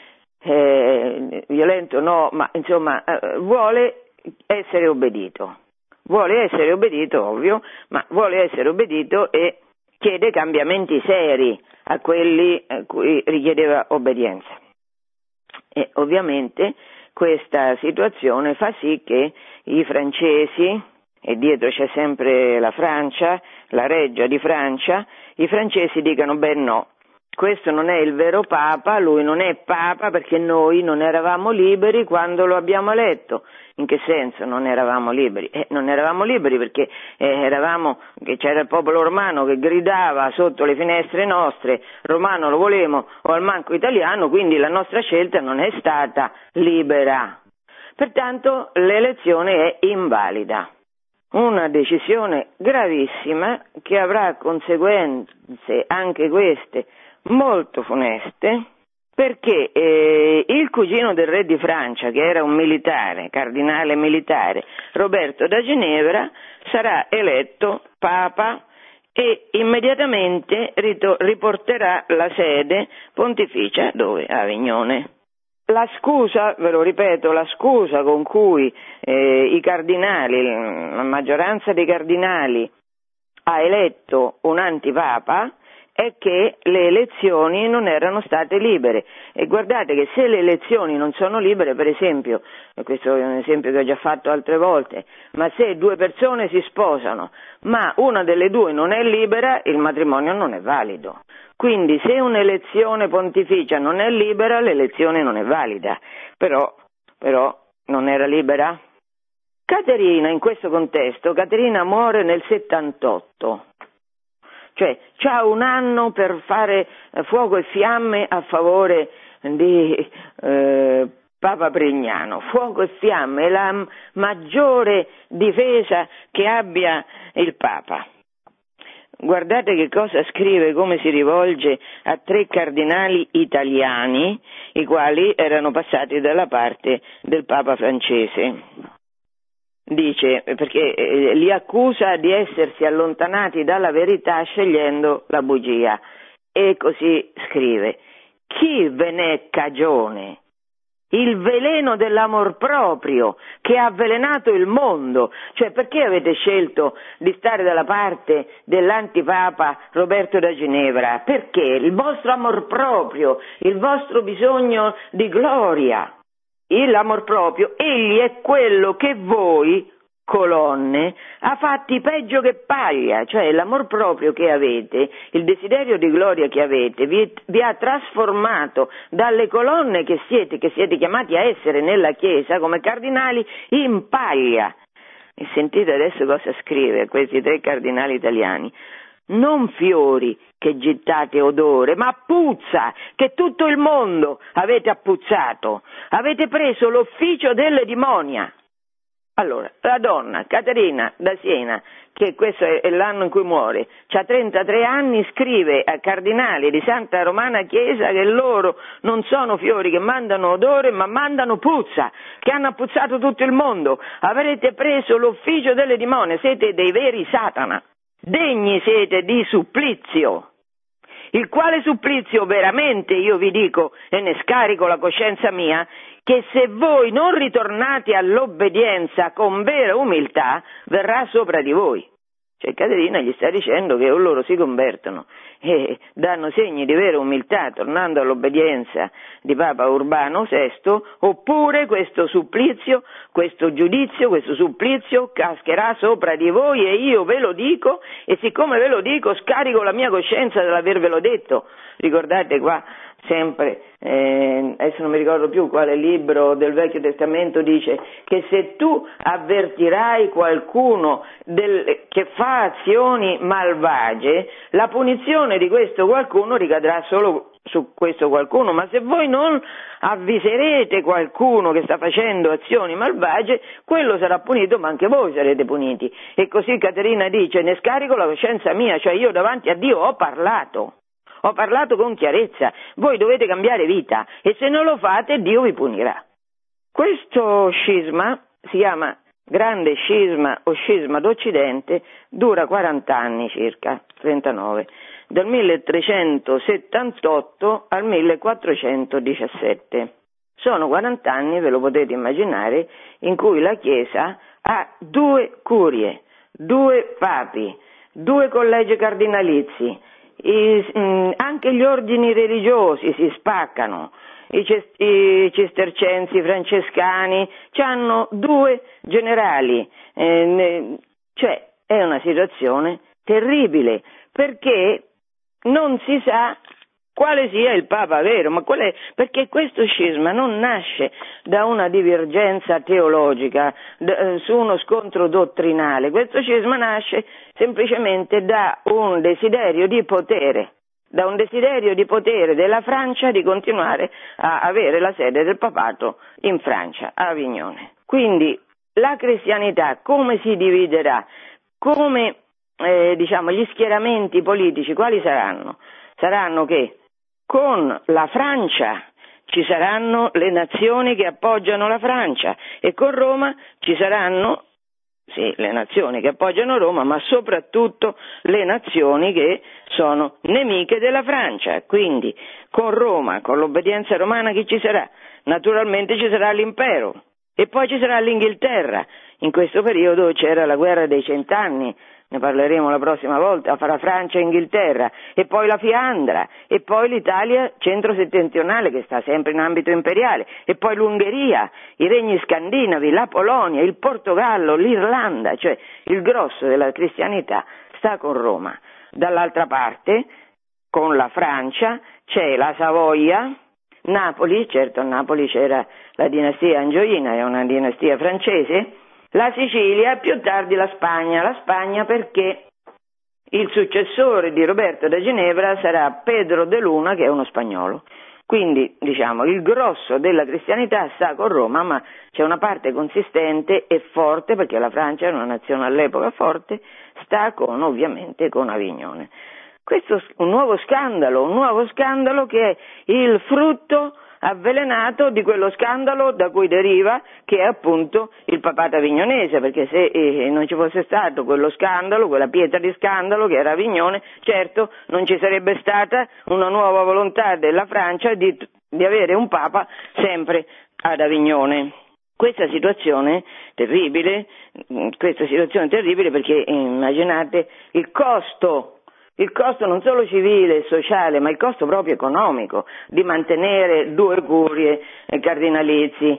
eh, violento no, ma insomma eh, vuole essere obbedito, vuole essere obbedito, ovvio, ma vuole essere obbedito e chiede cambiamenti seri a quelli a cui richiedeva obbedienza. E ovviamente questa situazione fa sì che i francesi, e dietro c'è sempre la Francia, la reggia di Francia, i francesi dicano: beh no, questo non è il vero Papa, lui non è Papa perché noi non eravamo liberi quando lo abbiamo eletto. In che senso non eravamo liberi? Eh, non eravamo liberi perché eh, eravamo, che c'era il popolo romano che gridava sotto le finestre nostre: Romano lo volemo o al manco italiano, quindi la nostra scelta non è stata libera. Pertanto l'elezione è invalida. Una decisione gravissima che avrà conseguenze, anche queste, molto funeste, perché eh, il cugino del re di Francia, che era un militare, cardinale militare, Roberto da Ginevra, sarà eletto Papa e immediatamente rito- riporterà la sede pontificia dove? A Avignone. La scusa, ve lo ripeto, la scusa con cui eh, i cardinali, la maggioranza dei cardinali ha eletto un antipapa, è è che le elezioni non erano state libere, e guardate che se le elezioni non sono libere, per esempio, e questo è un esempio che ho già fatto altre volte, ma se due persone si sposano, ma una delle due non è libera, il matrimonio non è valido. Quindi se un'elezione pontificia non è libera, l'elezione non è valida, però, però non era libera? Caterina, in questo contesto, Caterina muore nel settantotto. Cioè, c'ha un anno per fare fuoco e fiamme a favore di eh, Papa Prignano. Fuoco e fiamme è la maggiore difesa che abbia il Papa. Guardate che cosa scrive, come si rivolge a tre cardinali italiani, i quali erano passati dalla parte del Papa francese. Dice, perché eh, li accusa di essersi allontanati dalla verità scegliendo la bugia, e così scrive: chi ve n'è cagione? Il veleno dell'amor proprio che ha avvelenato il mondo. Cioè, perché avete scelto di stare dalla parte dell'antipapa Roberto da Ginevra? Perché? Il vostro amor proprio, il vostro bisogno di gloria. L'amor proprio, egli è quello che voi, colonne, ha fatti peggio che paglia, cioè l'amor proprio che avete, il desiderio di gloria che avete, vi, vi ha trasformato dalle colonne che siete, che siete chiamati a essere nella Chiesa come cardinali, in paglia. E sentite adesso cosa scrive questi tre cardinali italiani: non fiori che gettate odore, ma puzza che tutto il mondo avete appuzzato. Avete preso l'ufficio delle dimonia. Allora, la donna Caterina da Siena, che questo è l'anno in cui muore, ha trentatré anni, scrive a cardinali di Santa Romana Chiesa che loro non sono fiori che mandano odore, ma mandano puzza, che hanno appuzzato tutto il mondo. Avrete preso l'ufficio delle dimonie, siete dei veri Satana. Degni siete di supplizio, il quale supplizio veramente io vi dico, e ne scarico la coscienza mia, che se voi non ritornate all'obbedienza con vera umiltà, verrà sopra di voi. Cioè Caterina gli sta dicendo che o loro si convertono e danno segni di vera umiltà tornando all'obbedienza di Papa Urbano sesto, oppure questo supplizio, questo giudizio, questo supplizio cascherà sopra di voi, e io ve lo dico, e siccome ve lo dico scarico la mia coscienza dell'avervelo detto. Ricordate qua sempre, eh, adesso non mi ricordo più quale libro del Vecchio Testamento dice che se tu avvertirai qualcuno del, che fa azioni malvagie, la punizione di questo qualcuno ricadrà solo su questo qualcuno, ma se voi non avviserete qualcuno che sta facendo azioni malvagie, quello sarà punito, ma anche voi sarete puniti. E così Caterina dice: ne scarico la coscienza mia, cioè io davanti a Dio ho parlato. Ho parlato con chiarezza, voi dovete cambiare vita, e se non lo fate Dio vi punirà. Questo scisma si chiama Grande Scisma o Scisma d'Occidente, dura quaranta anni circa, trentanove, dal milletrecentosettantotto al millequattrocentodiciassette. Sono quaranta anni, ve lo potete immaginare, in cui la Chiesa ha due curie, due papi, due collegi cardinalizi. I, mh, anche gli ordini religiosi si spaccano, i, cest- i cistercensi, i francescani, hanno due generali, eh, ne, cioè è una situazione terribile, perché non si sa quale sia il Papa vero, ma qual è, perché questo scisma non nasce da una divergenza teologica, d- su uno scontro dottrinale, questo scisma nasce semplicemente da un desiderio di potere, da un desiderio di potere della Francia di continuare a avere la sede del papato in Francia, a Avignone. Quindi la cristianità come si dividerà? Come eh, diciamo gli schieramenti politici quali saranno? Saranno che con la Francia ci saranno le nazioni che appoggiano la Francia, e con Roma ci saranno, sì, le nazioni che appoggiano Roma, ma soprattutto le nazioni che sono nemiche della Francia. Quindi con Roma, con l'obbedienza romana, chi ci sarà? Naturalmente ci sarà l'impero, e poi ci sarà l'Inghilterra. In questo periodo c'era la guerra dei cent'anni, ne parleremo la prossima volta, fra Francia e Inghilterra, e poi la Fiandra, e poi l'Italia centro-settentrionale che sta sempre in ambito imperiale, e poi l'Ungheria, i regni scandinavi, la Polonia, il Portogallo, l'Irlanda, cioè il grosso della cristianità sta con Roma. Dall'altra parte, con la Francia, c'è la Savoia, Napoli, certo a Napoli c'era la dinastia Angioina, è una dinastia francese, la Sicilia, più tardi la Spagna, la Spagna perché il successore di Roberto da Ginevra sarà Pedro de Luna, che è uno spagnolo. Quindi, diciamo, il grosso della cristianità sta con Roma, ma c'è una parte consistente e forte, perché la Francia era una nazione all'epoca forte, sta con, ovviamente, con Avignone. Questo è un nuovo scandalo, un nuovo scandalo che è il frutto avvelenato di quello scandalo da cui deriva che è appunto il papato avignonese, perché se eh, non ci fosse stato quello scandalo, quella pietra di scandalo che era Avignone, certo non ci sarebbe stata una nuova volontà della Francia di, di avere un papa sempre ad Avignone. Questa situazione terribile, questa situazione terribile perché eh, immaginate il costo Il costo non solo civile e sociale, ma il costo proprio economico di mantenere due curie cardinalizi,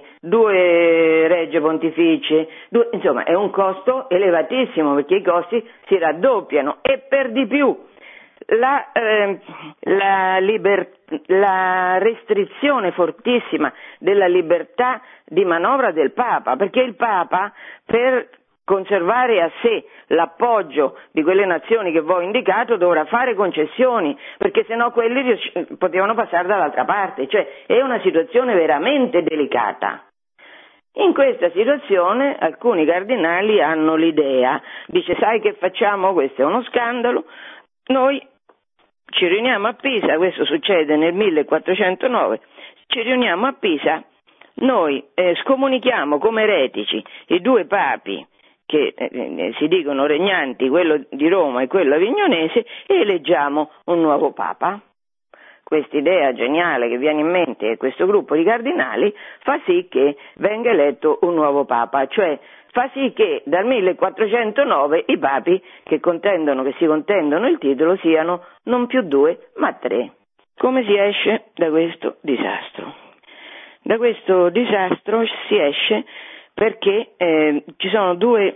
due regge pontificie, due, insomma è un costo elevatissimo perché i costi si raddoppiano e per di più la, eh, la, liber, la restrizione fortissima della libertà di manovra del Papa, perché il Papa per conservare a sé l'appoggio di quelle nazioni che vi ho indicato dovrà fare concessioni, perché sennò quelli potevano passare dall'altra parte, cioè è una situazione veramente delicata. In questa situazione alcuni cardinali hanno l'idea, dice sai che facciamo, questo è uno scandalo, noi ci riuniamo a Pisa, questo succede nel millequattrocentonove, ci riuniamo a Pisa, noi eh, scomunichiamo come eretici i due papi che eh, si dicono regnanti, quello di Roma e quello avignonese, e eleggiamo un nuovo papa. Questa idea geniale che viene in mente a questo gruppo di cardinali fa sì che venga eletto un nuovo papa, cioè fa sì che dal millequattrocentonove i papi che contendono, che si contendono il titolo siano non più due ma tre. Come si esce da questo disastro? Da questo disastro si esce perché eh, ci sono due,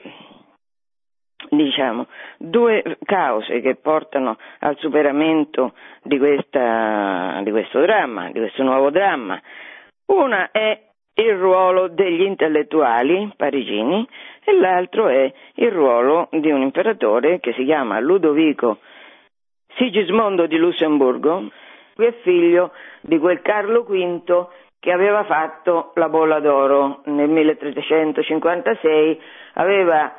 diciamo, due cause che portano al superamento di, questa, di questo dramma, di questo nuovo dramma. Una è il ruolo degli intellettuali parigini e l'altro è il ruolo di un imperatore che si chiama Ludovico Sigismondo di Lussemburgo, che è figlio di quel Carlo quinto che aveva fatto la bolla d'oro nel milletrecentocinquantasei, aveva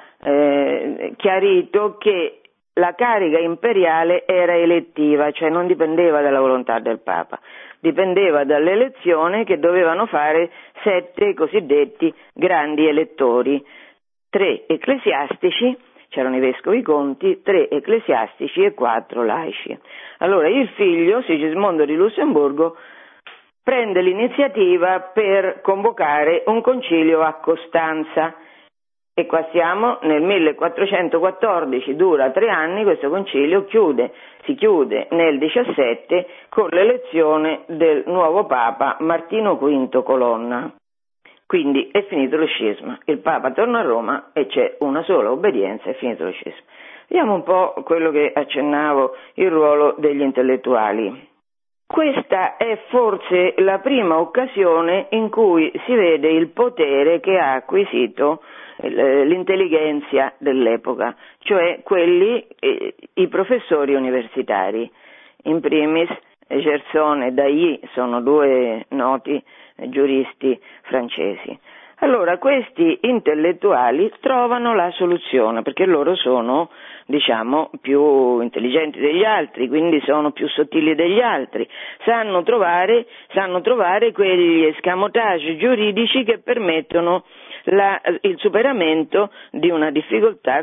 eh, chiarito che la carica imperiale era elettiva, cioè non dipendeva dalla volontà del Papa, dipendeva dall'elezione che dovevano fare sette cosiddetti grandi elettori, tre ecclesiastici, c'erano i vescovi conti, tre ecclesiastici e quattro laici. Allora il figlio, Sigismondo di Lussemburgo, prende l'iniziativa per convocare un concilio a Costanza e qua siamo nel millequattrocentoquattordici, dura tre anni, questo concilio chiude, si chiude nel diciassette con l'elezione del nuovo Papa Martino quinto Colonna. Quindi è finito lo scisma, il Papa torna a Roma e c'è una sola obbedienza, è finito lo scisma. Vediamo un po' quello che accennavo, il ruolo degli intellettuali. Questa è forse la prima occasione in cui si vede il potere che ha acquisito l'intelligenza dell'epoca, cioè quelli, eh, i professori universitari. In primis Gersone e Dailly sono due noti giuristi francesi. Allora questi intellettuali trovano la soluzione perché loro sono, diciamo, più intelligenti degli altri, quindi sono più sottili degli altri, sanno trovare, sanno trovare quegli escamotage giuridici che permettono la, il superamento di una difficoltà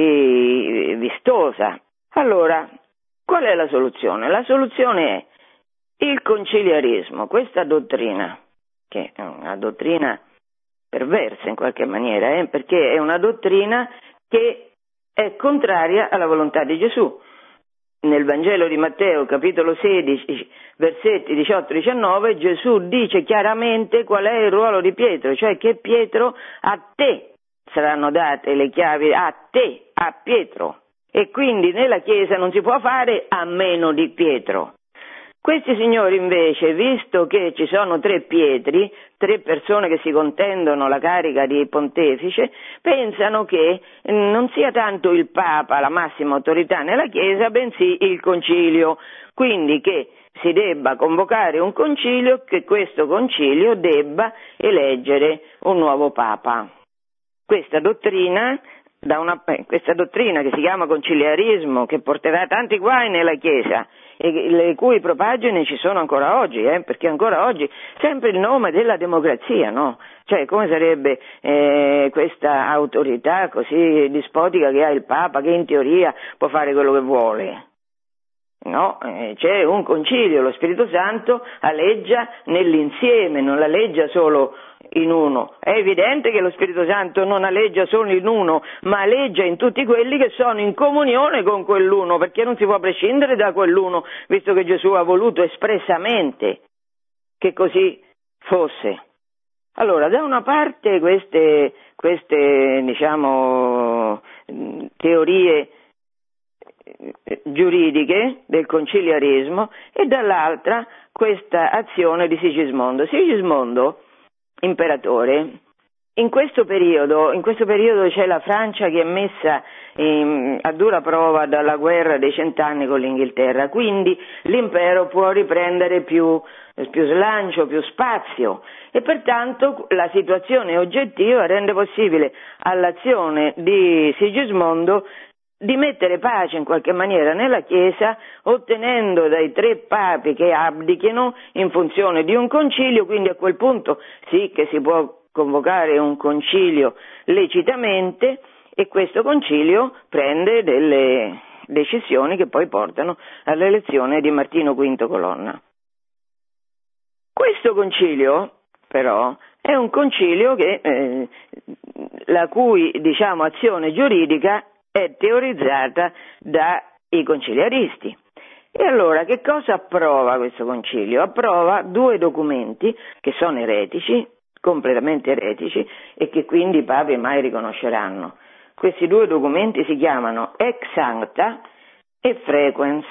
così vistosa. Allora, qual è la soluzione? La soluzione è il conciliarismo, questa dottrina, che è una dottrina perversa in qualche maniera, eh, perché è una dottrina che è contraria alla volontà di Gesù. Nel Vangelo di Matteo, capitolo sedici, versetti diciotto diciannove, Gesù dice chiaramente qual è il ruolo di Pietro, cioè che Pietro, a te saranno date le chiavi, a te, a Pietro. E quindi nella Chiesa non si può fare a meno di Pietro. Questi signori invece, visto che ci sono tre Pietri, tre persone che si contendono la carica di pontefice, pensano che non sia tanto il Papa la massima autorità nella Chiesa, bensì il Concilio, quindi che si debba convocare un concilio, che questo concilio debba eleggere un nuovo Papa. Questa dottrina, da una, eh, questa dottrina che si chiama conciliarismo, che porterà tanti guai nella Chiesa, e le cui propagine ci sono ancora oggi, eh, perché ancora oggi sempre il nome della democrazia, no? Cioè come sarebbe eh, questa autorità così dispotica che ha il Papa, che in teoria può fare quello che vuole? No, eh, c'è un concilio, lo Spirito Santo aleggia nell'insieme, non aleggia solo in uno. È evidente che lo Spirito Santo non aleggia solo in uno, ma aleggia in tutti quelli che sono in comunione con quell'uno, perché non si può prescindere da quell'uno, visto che Gesù ha voluto espressamente che così fosse. Allora, da una parte queste, queste diciamo, teorie giuridiche del conciliarismo e dall'altra questa azione di Sigismondo. Sigismondo, imperatore, in questo periodo, in questo periodo c'è la Francia che è messa in, a dura prova dalla guerra dei cent'anni con l'Inghilterra, quindi l'impero può riprendere più, più slancio, più spazio e pertanto la situazione oggettiva rende possibile all'azione di Sigismondo di mettere pace in qualche maniera nella Chiesa, ottenendo dai tre papi che abdichino in funzione di un concilio, quindi a quel punto sì che si può convocare un concilio lecitamente e questo concilio prende delle decisioni che poi portano all'elezione di Martino Quinto Colonna. Questo concilio però è un concilio che, eh, la cui diciamo, azione giuridica è teorizzata dai conciliaristi. E allora che cosa approva questo concilio? Approva due documenti che sono eretici, completamente eretici, e che quindi i papi mai riconosceranno. Questi due documenti si chiamano Ex Sancta e Frequens.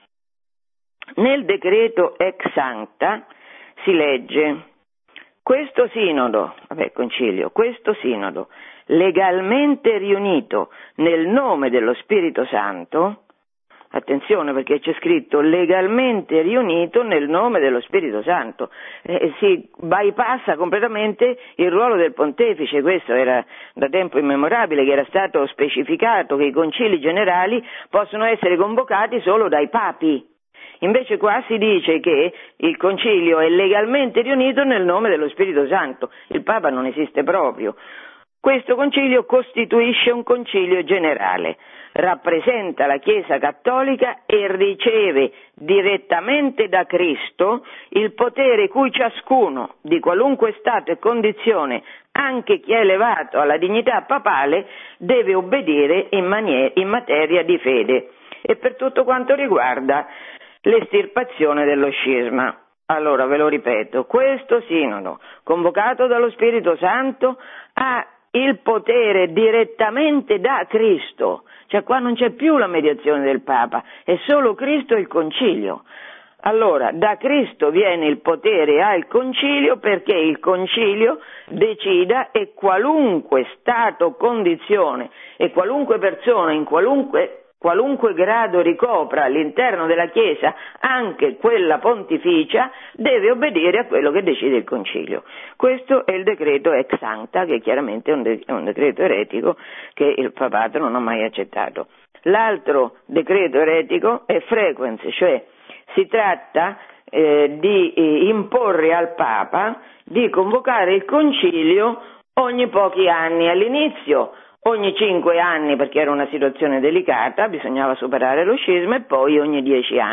Nel decreto Ex Sancta si legge: questo sinodo, vabbè concilio, questo sinodo legalmente riunito nel nome dello Spirito Santo, attenzione perché c'è scritto legalmente riunito nel nome dello Spirito Santo, eh, si bypassa completamente il ruolo del pontefice. Questo era da tempo immemorabile che era stato specificato che i concili generali possono essere convocati solo dai papi. Invece qua si dice che il concilio è legalmente riunito nel nome dello Spirito Santo, il Papa non esiste proprio. Questo concilio costituisce un concilio generale, rappresenta la Chiesa Cattolica e riceve direttamente da Cristo il potere cui ciascuno, di qualunque stato e condizione, anche chi è elevato alla dignità papale, deve obbedire in, maniera, in materia di fede e per tutto quanto riguarda l'estirpazione dello scisma. Allora ve lo ripeto, questo sinodo, convocato dallo Spirito Santo, ha il potere direttamente da Cristo, cioè qua non c'è più la mediazione del Papa, è solo Cristo e il Concilio. Allora, da Cristo viene il potere al Concilio perché il Concilio decida e qualunque stato, condizione e qualunque persona in qualunque qualunque grado ricopra all'interno della Chiesa, anche quella pontificia, deve obbedire a quello che decide il Concilio. Questo è il decreto Ex Sancta, che chiaramente è un, de- è un decreto eretico che il papato non ha mai accettato. L'altro decreto eretico è Frequens, cioè si tratta eh, di eh, imporre al Papa di convocare il Concilio ogni pochi anni. All'inizio ogni cinque anni perché era una situazione delicata, bisognava superare lo scisma, e poi ogni dieci anni.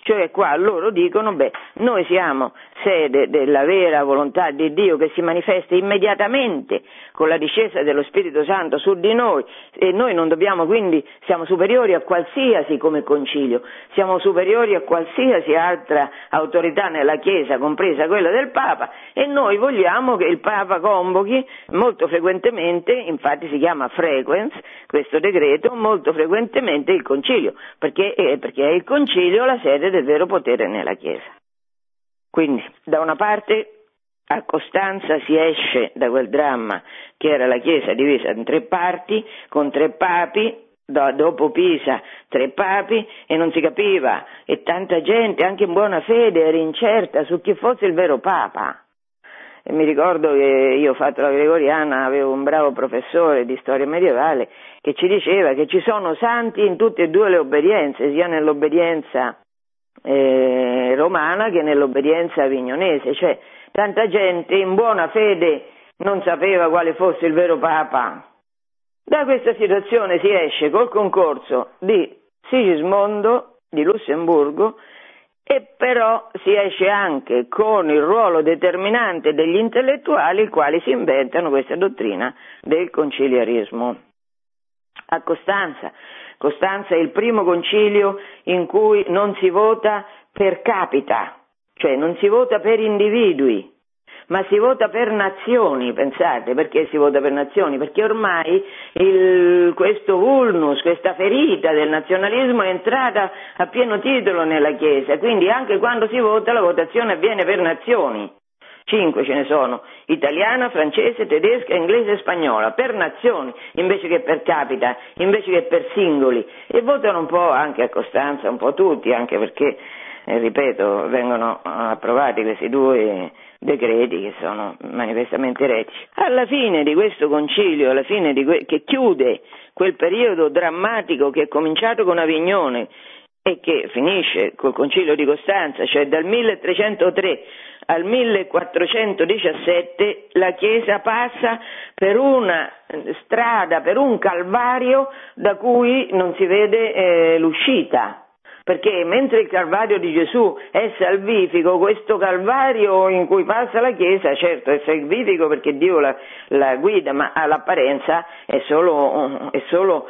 Cioè qua loro dicono, beh, noi siamo sede della vera volontà di Dio che si manifesta immediatamente con la discesa dello Spirito Santo su di noi e noi non dobbiamo, quindi siamo superiori a qualsiasi come concilio, siamo superiori a qualsiasi altra autorità nella Chiesa, compresa quella del Papa, e noi vogliamo che il Papa convochi molto frequentemente, infatti si chiama frequens, questo decreto, molto frequentemente il concilio, perché, eh, perché è il concilio la sede del vero potere nella Chiesa. Quindi, da una parte, a Costanza si esce da quel dramma che era la Chiesa divisa in tre parti, con tre papi, do, dopo Pisa tre papi, e non si capiva, e tanta gente, anche in buona fede, era incerta su chi fosse il vero Papa. E mi ricordo che io ho fatto la Gregoriana, avevo un bravo professore di storia medievale che ci diceva che ci sono santi in tutte e due le obbedienze, sia nell'obbedienza eh, romana che nell'obbedienza avignonese, cioè tanta gente in buona fede non sapeva quale fosse il vero Papa. Da questa situazione si esce col concorso di Sigismondo di Lussemburgo, e però si esce anche con il ruolo determinante degli intellettuali, i quali si inventano questa dottrina del conciliarismo. A Costanza, Costanza è il primo concilio in cui non si vota per capita, cioè non si vota per individui, ma si vota per nazioni. Pensate, perché si vota per nazioni? Perché ormai il, questo vulnus, questa ferita del nazionalismo è entrata a pieno titolo nella Chiesa, quindi anche quando si vota la votazione avviene per nazioni. Cinque ce ne sono: italiana, francese, tedesca, inglese e spagnola, per nazioni invece che per capita, invece che per singoli. E votano un po' anche a Costanza, un po' tutti, anche perché, eh, ripeto, vengono approvati questi due decreti che sono manifestamente eretici. Alla fine di questo concilio, alla fine di que- che chiude quel periodo drammatico che è cominciato con Avignone e che finisce col concilio di Costanza, cioè dal milletrecentotre al millequattrocentodiciassette, la Chiesa passa per una strada, per un calvario da cui non si vede eh, l'uscita. Perché mentre il Calvario di Gesù è salvifico, questo Calvario in cui passa la Chiesa, certo è salvifico perché Dio la, la guida, ma all'apparenza è solo, è solo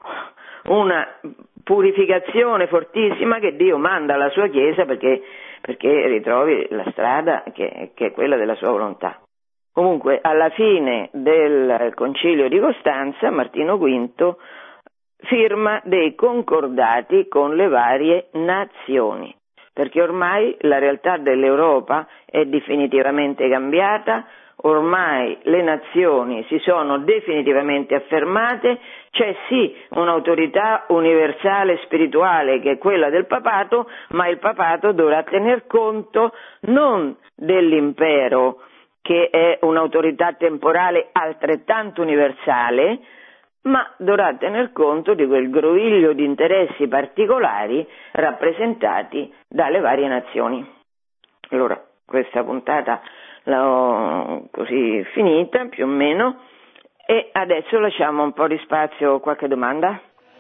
una purificazione fortissima che Dio manda alla sua Chiesa perché, perché ritrovi la strada che, che è quella della sua volontà. Comunque, alla fine del Concilio di Costanza, Martino quinto firma dei concordati con le varie nazioni, perché ormai la realtà dell'Europa è definitivamente cambiata, ormai le nazioni si sono definitivamente affermate, c'è sì un'autorità universale spirituale che è quella del papato, ma il papato dovrà tener conto non dell'impero, che è un'autorità temporale altrettanto universale, ma dovrà tener conto di quel groviglio di interessi particolari rappresentati dalle varie nazioni. Allora, questa puntata l'ho così finita, più o meno, e adesso lasciamo un po' di spazio a qualche domanda.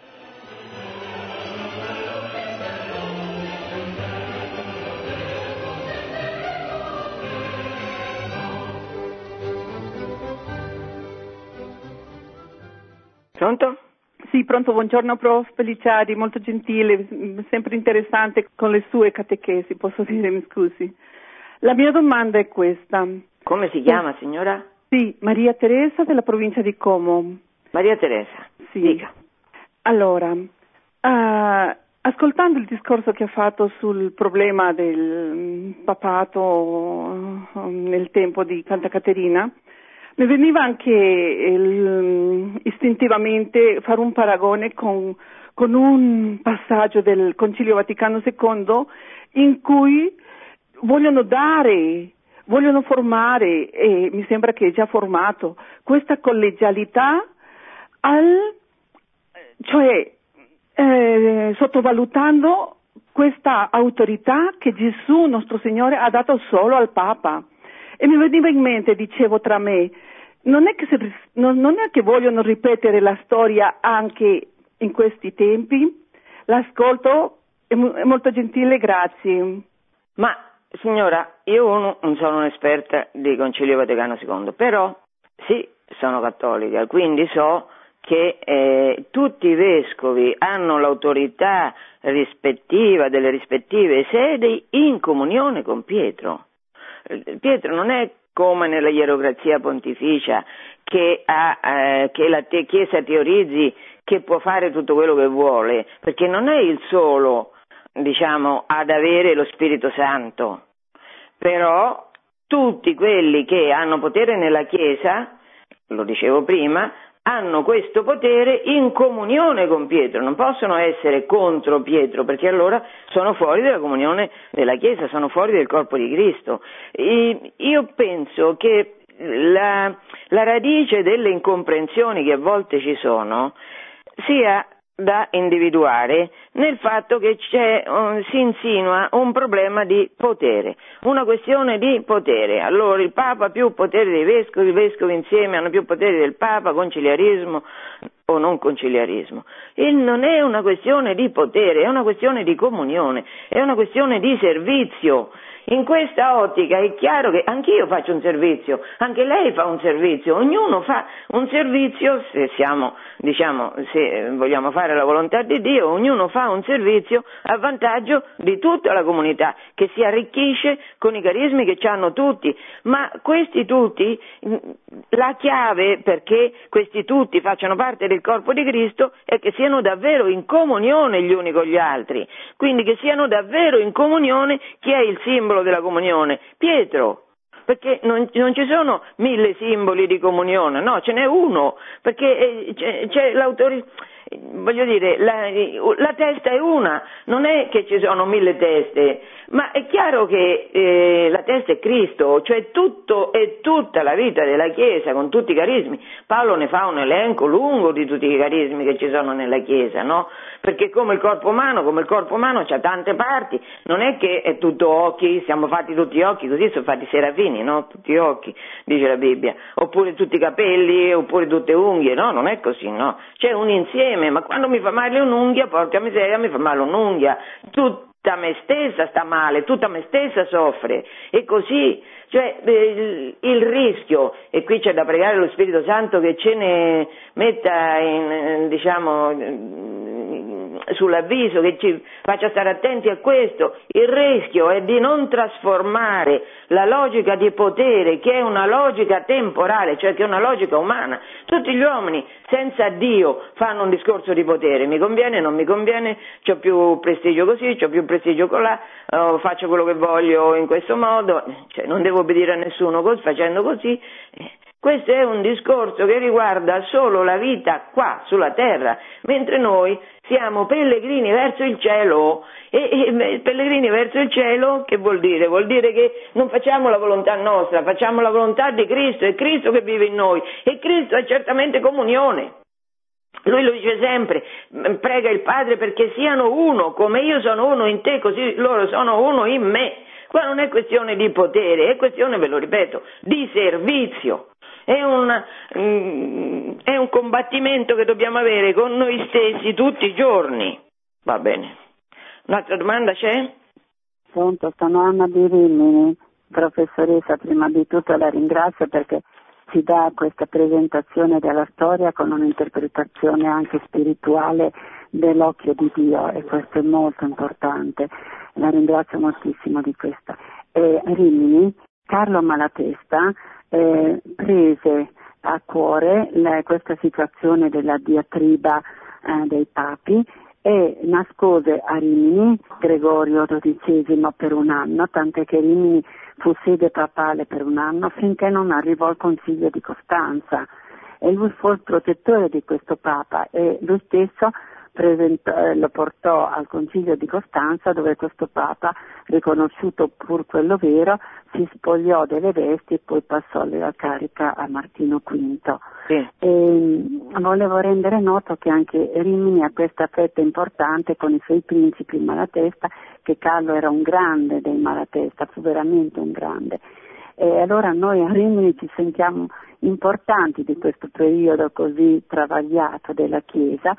Pronto? Sì, pronto, buongiorno prof Pellicciari, molto gentile, sempre interessante con le sue catechesi, posso dire, mi scusi. La mia domanda è questa. Come si chiama, signora? Sì, Maria Teresa della provincia di Como. Maria Teresa, sì. Dica. Allora, uh, ascoltando il discorso che ha fatto sul problema del papato nel tempo di Santa Caterina, mi veniva anche il, istintivamente fare un paragone con, con un passaggio del Concilio Vaticano secondo in cui vogliono dare, vogliono formare, e mi sembra che è già formato, questa collegialità al, cioè eh, sottovalutando questa autorità che Gesù, nostro Signore, ha dato solo al Papa. E mi veniva in mente, dicevo tra me, non è che, se, non, non è che vogliono ripetere la storia anche in questi tempi? L'ascolto è, è molto gentile, grazie. Ma signora, io non sono un'esperta di Concilio Vaticano secondo, però sì, sono cattolica, quindi so che eh, tutti i vescovi hanno l'autorità rispettiva delle rispettive sedi in comunione con Pietro. Pietro non è come nella ierocrazia pontificia che, ha, eh, che la te- Chiesa teorizzi che può fare tutto quello che vuole, perché non è il solo, diciamo, ad avere lo Spirito Santo, però tutti quelli che hanno potere nella Chiesa, lo dicevo prima, hanno questo potere in comunione con Pietro, non possono essere contro Pietro, perché allora sono fuori dalla comunione della Chiesa, sono fuori del corpo di Cristo. E io penso che la, la radice delle incomprensioni che a volte ci sono sia da individuare nel fatto che c'è, uh, si insinua un problema di potere, una questione di potere. Allora il Papa ha più potere dei vescovi, i vescovi insieme hanno più potere del Papa, conciliarismo o non conciliarismo. E non è una questione di potere, è una questione di comunione, è una questione di servizio. In questa ottica è chiaro che anch'io faccio un servizio, anche lei fa un servizio, ognuno fa un servizio, se siamo, diciamo, se vogliamo fare la volontà di Dio, ognuno fa un servizio a vantaggio di tutta la comunità, che si arricchisce con i carismi che hanno tutti, ma questi tutti, la chiave perché questi tutti facciano parte del corpo di Cristo è che siano davvero in comunione gli uni con gli altri, quindi che siano davvero in comunione. Chi è il simbolo della comunione? Pietro, perché non, non ci sono mille simboli di comunione, no, ce n'è uno, perché c'è, c'è l'autorità, voglio dire, la, la testa è una, non è che ci sono mille teste, ma è chiaro che eh, la testa è Cristo, cioè tutto è tutta la vita della Chiesa con tutti i carismi. Paolo ne fa un elenco lungo di tutti i carismi che ci sono nella Chiesa, no? Perché come il corpo umano, come il corpo umano c'ha tante parti, non è che è tutto occhi, siamo fatti tutti occhi, così sono fatti serafini, no? Tutti occhi, dice la Bibbia, oppure tutti i capelli, oppure tutte unghie, no? Non è così, no? C'è un insieme, ma quando mi fa male un'unghia, porca miseria, mi fa male un'unghia, tutta me stessa sta male, tutta me stessa soffre, e così, cioè il, il rischio, e qui c'è da pregare lo Spirito Santo che ce ne metta in, diciamo, sull'avviso, che ci faccia stare attenti a questo. Il rischio è di non trasformare la logica di potere, che è una logica temporale, cioè che è una logica umana. Tutti gli uomini senza Dio fanno un discorso di potere, mi conviene, non mi conviene, c'ho più prestigio così, c'ho più prestigio colà, uh, faccio quello che voglio in questo modo, cioè non devo obbedire a nessuno cos- facendo così. Questo è un discorso che riguarda solo la vita qua sulla terra, mentre noi siamo pellegrini verso il cielo. E, e pellegrini verso il cielo che vuol dire? Vuol dire che non facciamo la volontà nostra, facciamo la volontà di Cristo, è Cristo che vive in noi, e Cristo è certamente comunione. Lui lo dice sempre, prega il Padre perché siano uno, come io sono uno in te, così loro sono uno in me. Qua non è questione di potere, è questione, ve lo ripeto, di servizio. È un, mm, è un combattimento che dobbiamo avere con noi stessi tutti i giorni. Va bene. Un'altra domanda c'è? Pronto, sono Anna di Rimini. Professoressa, prima di tutto la ringrazio perché ci dà questa presentazione della storia con un'interpretazione anche spirituale dell'occhio di Dio, e questo è molto importante. La ringrazio moltissimo di questo. E Rimini, Carlo Malatesta eh, prese a cuore la, questa situazione della diatriba eh, dei papi e nascose a Rimini Gregorio dodicesimo per un anno, tant'è che Rimini fu sede papale per un anno finché non arrivò al Concilio di Costanza, e lui fu il protettore di questo Papa, e lui stesso presentò, lo portò al Concilio di Costanza, dove questo Papa, riconosciuto pur quello vero, si spogliò delle vesti e poi passò la carica a Martino quinto. Sì. E volevo rendere noto che anche Rimini ha questa fetta importante con i suoi principi in Malatesta, che Carlo era un grande dei Malatesta, fu veramente un grande. E allora noi a Rimini ci sentiamo importanti di questo periodo così travagliato della Chiesa,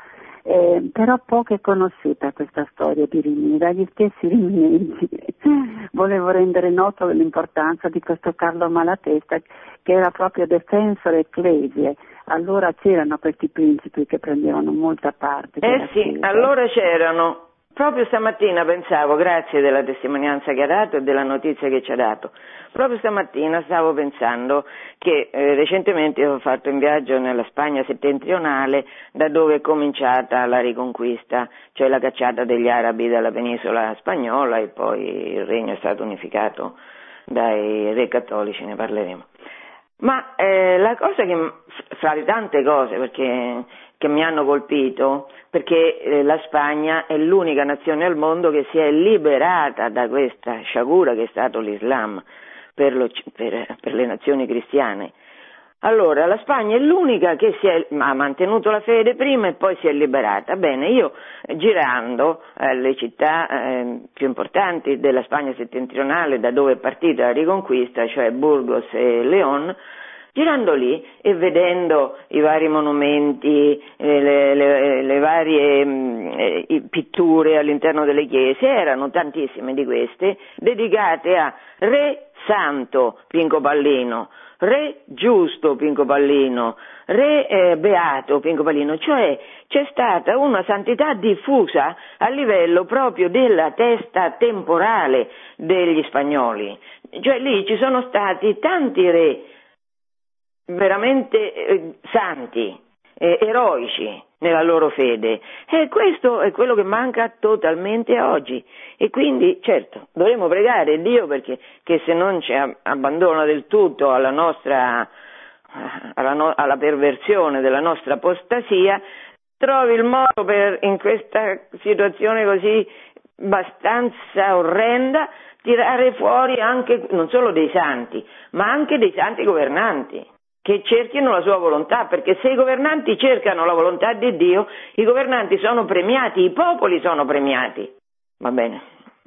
Eh, però poco è conosciuta questa storia di Rimini, dagli stessi riminesi. Volevo rendere noto l'importanza di questo Carlo Malatesta, che era proprio defensore ecclesie. Allora c'erano questi principi che prendevano molta parte. Eh sì, Chiesa. Allora c'erano. Proprio stamattina pensavo, grazie della testimonianza che ha dato e della notizia che ci ha dato, proprio stamattina stavo pensando che eh, recentemente ho fatto un viaggio nella Spagna settentrionale, da dove è cominciata la riconquista, cioè la cacciata degli arabi dalla penisola spagnola e poi il regno è stato unificato dai re cattolici, ne parleremo. Ma eh, la cosa che, fra le tante cose, perché che mi hanno colpito, perché eh, la Spagna è l'unica nazione al mondo che si è liberata da questa sciagura che è stato l'Islam per, lo, per, per le nazioni cristiane. Allora, la Spagna è l'unica che si è, ha mantenuto la fede prima e poi si è liberata. Bene, io girando eh, le città eh, più importanti della Spagna settentrionale, da dove è partita la riconquista, cioè Burgos e León, girando lì e vedendo i vari monumenti, eh, le, le, le varie mh, eh, pitture all'interno delle chiese, erano tantissime di queste dedicate a Re Santo Pinco Pallino, Re Giusto Pinco Pallino, Re eh, Beato Pinco Pallino, cioè c'è stata una santità diffusa a livello proprio della testa temporale degli spagnoli, cioè lì ci sono stati tanti re veramente eh, santi, eh, eroici nella loro fede, e questo è quello che manca totalmente oggi. E quindi certo dovremmo pregare Dio perché che se non ci abbandona del tutto alla nostra alla, no, alla perversione della nostra apostasia, trovi il modo per, in questa situazione così abbastanza orrenda, tirare fuori anche non solo dei santi ma anche dei santi governanti che cerchino la sua volontà, perché se i governanti cercano la volontà di Dio, i governanti sono premiati, i popoli sono premiati. Va bene,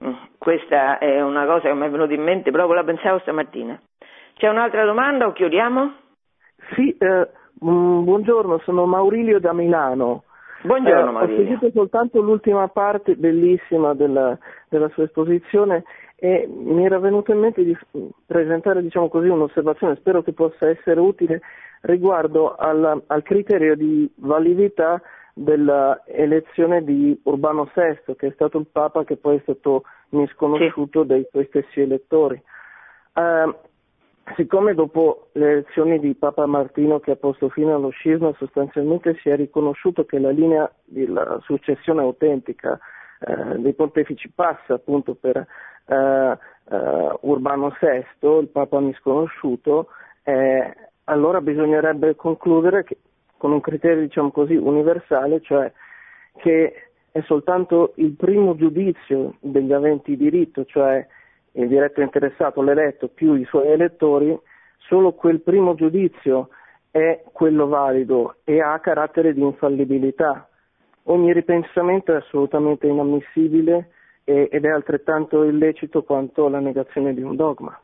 questa è una cosa che mi è venuta in mente, proprio la pensavo stamattina. C'è un'altra domanda o chiudiamo? Sì, eh, buongiorno, sono Maurilio da Milano. Buongiorno eh, Maurilio. Ho sentito soltanto l'ultima parte bellissima della, della sua esposizione e mi era venuto in mente di presentare, diciamo così, un'osservazione, spero che possa essere utile, riguardo al, al criterio di validità dell'elezione di Urbano sesto, che è stato il Papa che poi è stato misconosciuto sì. dai suoi stessi elettori. Uh, siccome dopo le elezioni di Papa Martino, che ha posto fine allo scisma, sostanzialmente si è riconosciuto che la linea della successione autentica uh, dei pontefici passa appunto per Uh, uh, Urbano sesto, il Papa misconosciuto, eh, allora bisognerebbe concludere che, con un criterio diciamo così universale, cioè che è soltanto il primo giudizio degli aventi diritto, cioè il diretto interessato, l'eletto più i suoi elettori, solo quel primo giudizio è quello valido e ha carattere di infallibilità. Ogni ripensamento è assolutamente inammissibile ed è altrettanto illecito quanto la negazione di un dogma.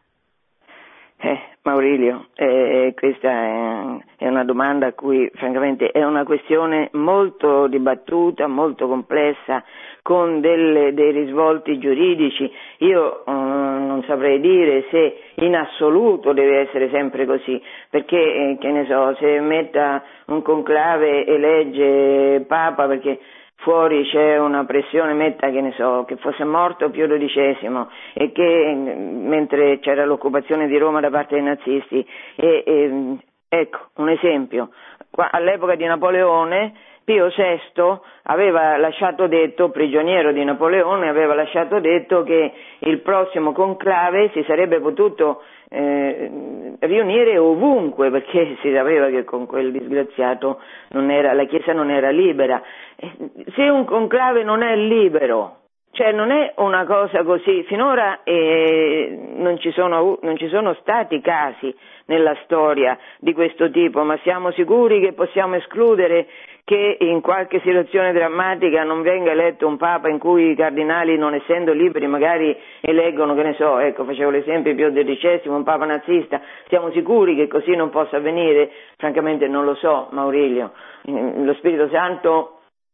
Eh, Maurilio, eh, questa è, è una domanda a cui francamente è una questione molto dibattuta, molto complessa, con delle, dei risvolti giuridici. Io eh, non saprei dire se in assoluto deve essere sempre così, perché eh, che ne so, se metta un conclave elegge Papa perché fuori c'è una pressione, metta che ne so, che fosse morto Pio dodicesimo e che mentre c'era l'occupazione di Roma da parte dei nazisti, e, e, ecco un esempio, qua, all'epoca di Napoleone Pio sesto aveva lasciato detto, prigioniero di Napoleone, aveva lasciato detto che il prossimo conclave si sarebbe potuto eh, riunire ovunque, perché si sapeva che con quel disgraziato non era, la Chiesa non era libera. Se un conclave non è libero, cioè non è una cosa così, finora eh, non ci sono, non ci sono stati casi nella storia di questo tipo, ma siamo sicuri che possiamo escludere che in qualche situazione drammatica non venga eletto un Papa in cui i cardinali, non essendo liberi, magari eleggono, che ne so, ecco, facevo l'esempio di Pio dodicesimo, un Papa nazista. Siamo sicuri che così non possa avvenire? Francamente non lo so, Maurilio. Lo Spirito Santo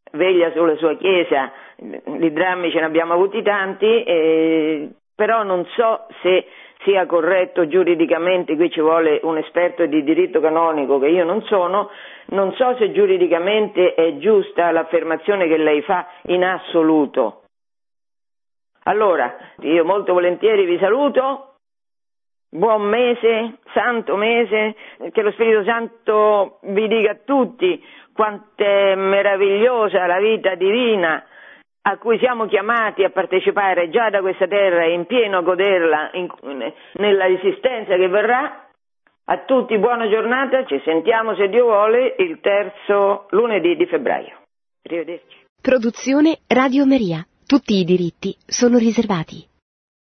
veglia sulla sua chiesa, di drammi ce ne abbiamo avuti tanti, eh, però non so se sia corretto giuridicamente, qui ci vuole un esperto di diritto canonico che io non sono, non so se giuridicamente è giusta l'affermazione che lei fa in assoluto. Allora, io molto volentieri vi saluto, buon mese, santo mese, che lo Spirito Santo vi dica a tutti quanto è meravigliosa la vita divina a cui siamo chiamati a partecipare già da questa terra e in pieno a goderla in, nella esistenza che verrà. A tutti buona giornata, ci sentiamo se Dio vuole il terzo lunedì di febbraio. Arrivederci. Produzione Radio Maria. Tutti i diritti sono riservati.